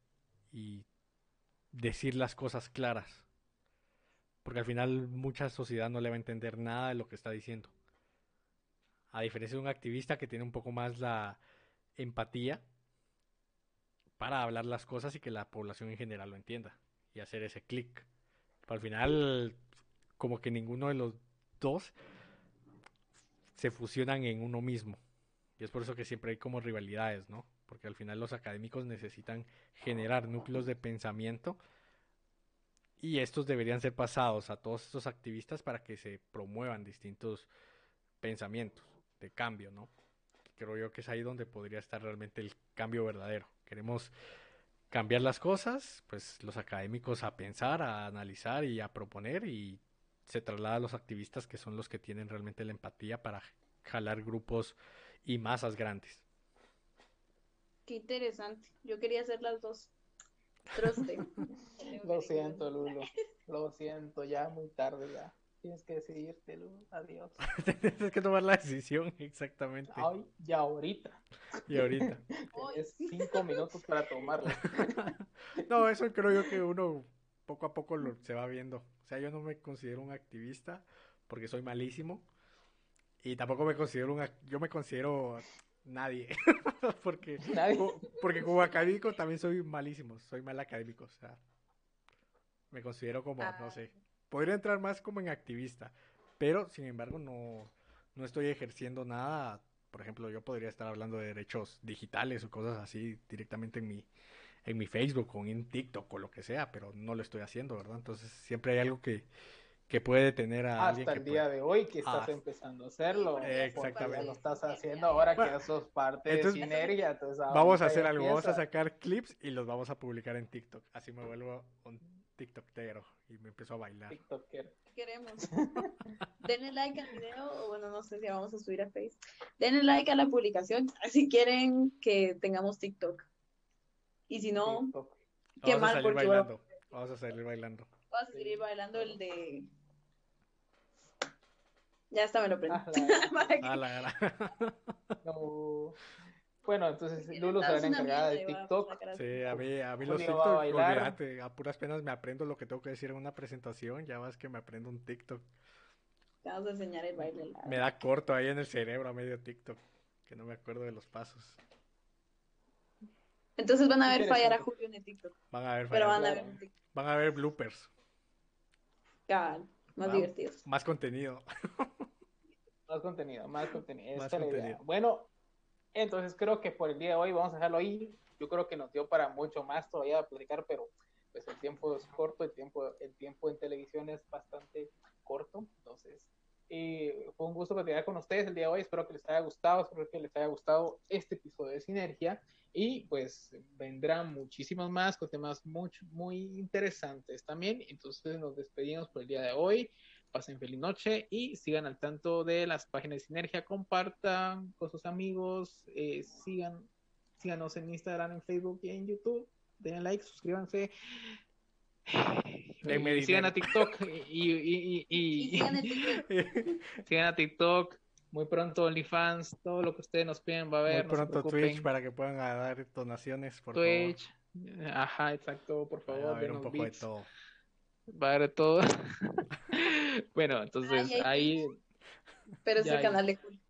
y decir las cosas claras. Porque al final mucha sociedad no le va a entender nada de lo que está diciendo. A diferencia de un activista que tiene un poco más la empatía para hablar las cosas y que la población en general lo entienda. Y hacer ese clic. Pero al final, como que ninguno de los dos se fusionan en uno mismo. Y es por eso que siempre hay como rivalidades, ¿no? Porque al final los académicos necesitan generar núcleos de pensamiento y estos deberían ser pasados a todos estos activistas para que se promuevan distintos pensamientos de cambio, ¿no? Creo yo que es ahí donde podría estar realmente el cambio verdadero. Queremos cambiar las cosas, pues los académicos a pensar, a analizar y a proponer y se traslada a los activistas que son los que tienen realmente la empatía para jalar grupos y masas grandes. qué interesante. Yo quería hacer las dos. Troste. Ya tengo que Lo elegir siento, una. Lulo. Lo siento, ya muy tarde ya. Tienes que decidirte, Lulo. Adiós. Tienes que tomar la decisión exactamente. Ay, ya ahorita. Y ahorita. Hoy. Tienes 5 minutos para tomarla. No, eso creo yo que uno poco a poco se va viendo. O sea, yo no me considero un activista porque soy malísimo. Y tampoco me considero yo me considero nadie. porque, Nadie. porque como académico también soy malísimo. Soy mal académico. O sea, me considero como, no Ah, sé. Podría entrar más como en activista. Pero, sin embargo, no estoy ejerciendo nada. Por ejemplo, yo podría estar hablando de derechos digitales o cosas así directamente en mi Facebook o en TikTok o lo que sea, pero no lo estoy haciendo, ¿verdad? Entonces siempre hay algo que puede tener a alguien Hasta que el día puede. de hoy que estás Ah, empezando a hacerlo, o ya exactamente. lo estás haciendo ahora que Bueno, ya sos parte de entonces Sinergia, entonces vamos a ahorita ya hacer algo, vamos a empieza. sacar clips y los vamos a publicar en TikTok. Así me vuelvo un TikTokero y me empiezo a bailar. TikToker. ¿Qué queremos? Denle like al video, o bueno, no sé si vamos a subir a Facebook. Denle like a la publicación si quieren que tengamos TikTok. Y si no, TikTok. qué Vamos a mal, salir porque bueno, bailando. Vamos a salir bailando. vas a seguir bailando el de. Ya hasta me lo aprendí. Ah, Para que- A la no. Bueno, entonces porque Lulu será es la una encargada mierda de y va a TikTok. sacar así. Sí, a mí los Julio va a TikTok, bailar. olvídate, a puras penas me aprendo lo que tengo que decir en una presentación, ya vas que me aprendo un TikTok. Te vamos a enseñar el baile. Me da corto ahí en el cerebro a medio TikTok, que no me acuerdo de los pasos. Entonces van a ver fallar a Interesante. Julio en el TikTok. Van a ver, Pero fallar. van a Claro. ver un TikTok. Van a ver bloopers, Cabal, más Va- divertidos. más contenido. Más contenido, más contenido. Más Esa es la idea. contenido. Bueno, entonces creo que por el día de hoy vamos a dejarlo ahí. Yo creo que nos dio para mucho más todavía a platicar, pero pues el tiempo es corto, el tiempo en televisión es bastante corto. Entonces, fue un gusto platicar con ustedes el día de hoy. Espero que les haya gustado, espero que les haya gustado este episodio de Sinergia. Y pues vendrán muchísimos más con temas muy interesantes también. Entonces nos despedimos por el día de hoy. Pasen feliz noche y sigan al tanto de las páginas de Sinergia, compartan con sus amigos, síganos en Instagram, en Facebook y en YouTube, denle like, suscríbanse, Denme y sigan dinero. a TikTok Y sigan el TikTok. sigan a TikTok, muy pronto OnlyFans, todo lo que ustedes nos piden va a Muy haber, no se pronto preocupen. Twitch para que puedan dar donaciones, por Twitch, ajá, exacto, por favor. Va a favor, haber un denos poco de bits, todo. va a haber todo. Bueno, entonces y hay ahí Pero es ya el hay. canal de Julio.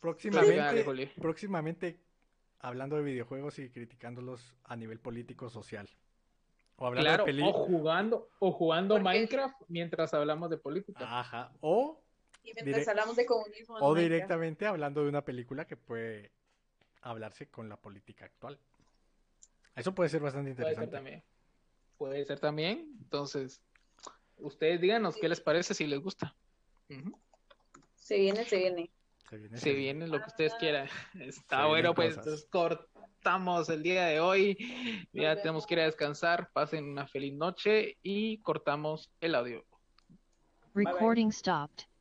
Próximamente, hablando de videojuegos y criticándolos a nivel político social. O hablando Claro, de peli. o jugando Porque- Minecraft mientras hablamos de política. Ajá. O Y mientras Direct- hablamos de comunismo. en O Minecraft. directamente hablando de una película que puede hablarse con la política actual. Eso puede ser bastante interesante. Puede ser también. Entonces, ustedes díganos qué les parece, si les gusta. Ujú. Se viene, se viene. Se viene lo que ustedes quieran. Está Se bueno, vienen pues cosas. entonces cortamos el día de hoy. Ya vemos. tenemos que ir a descansar. Pasen una feliz noche y cortamos el audio. bye. Recording stopped.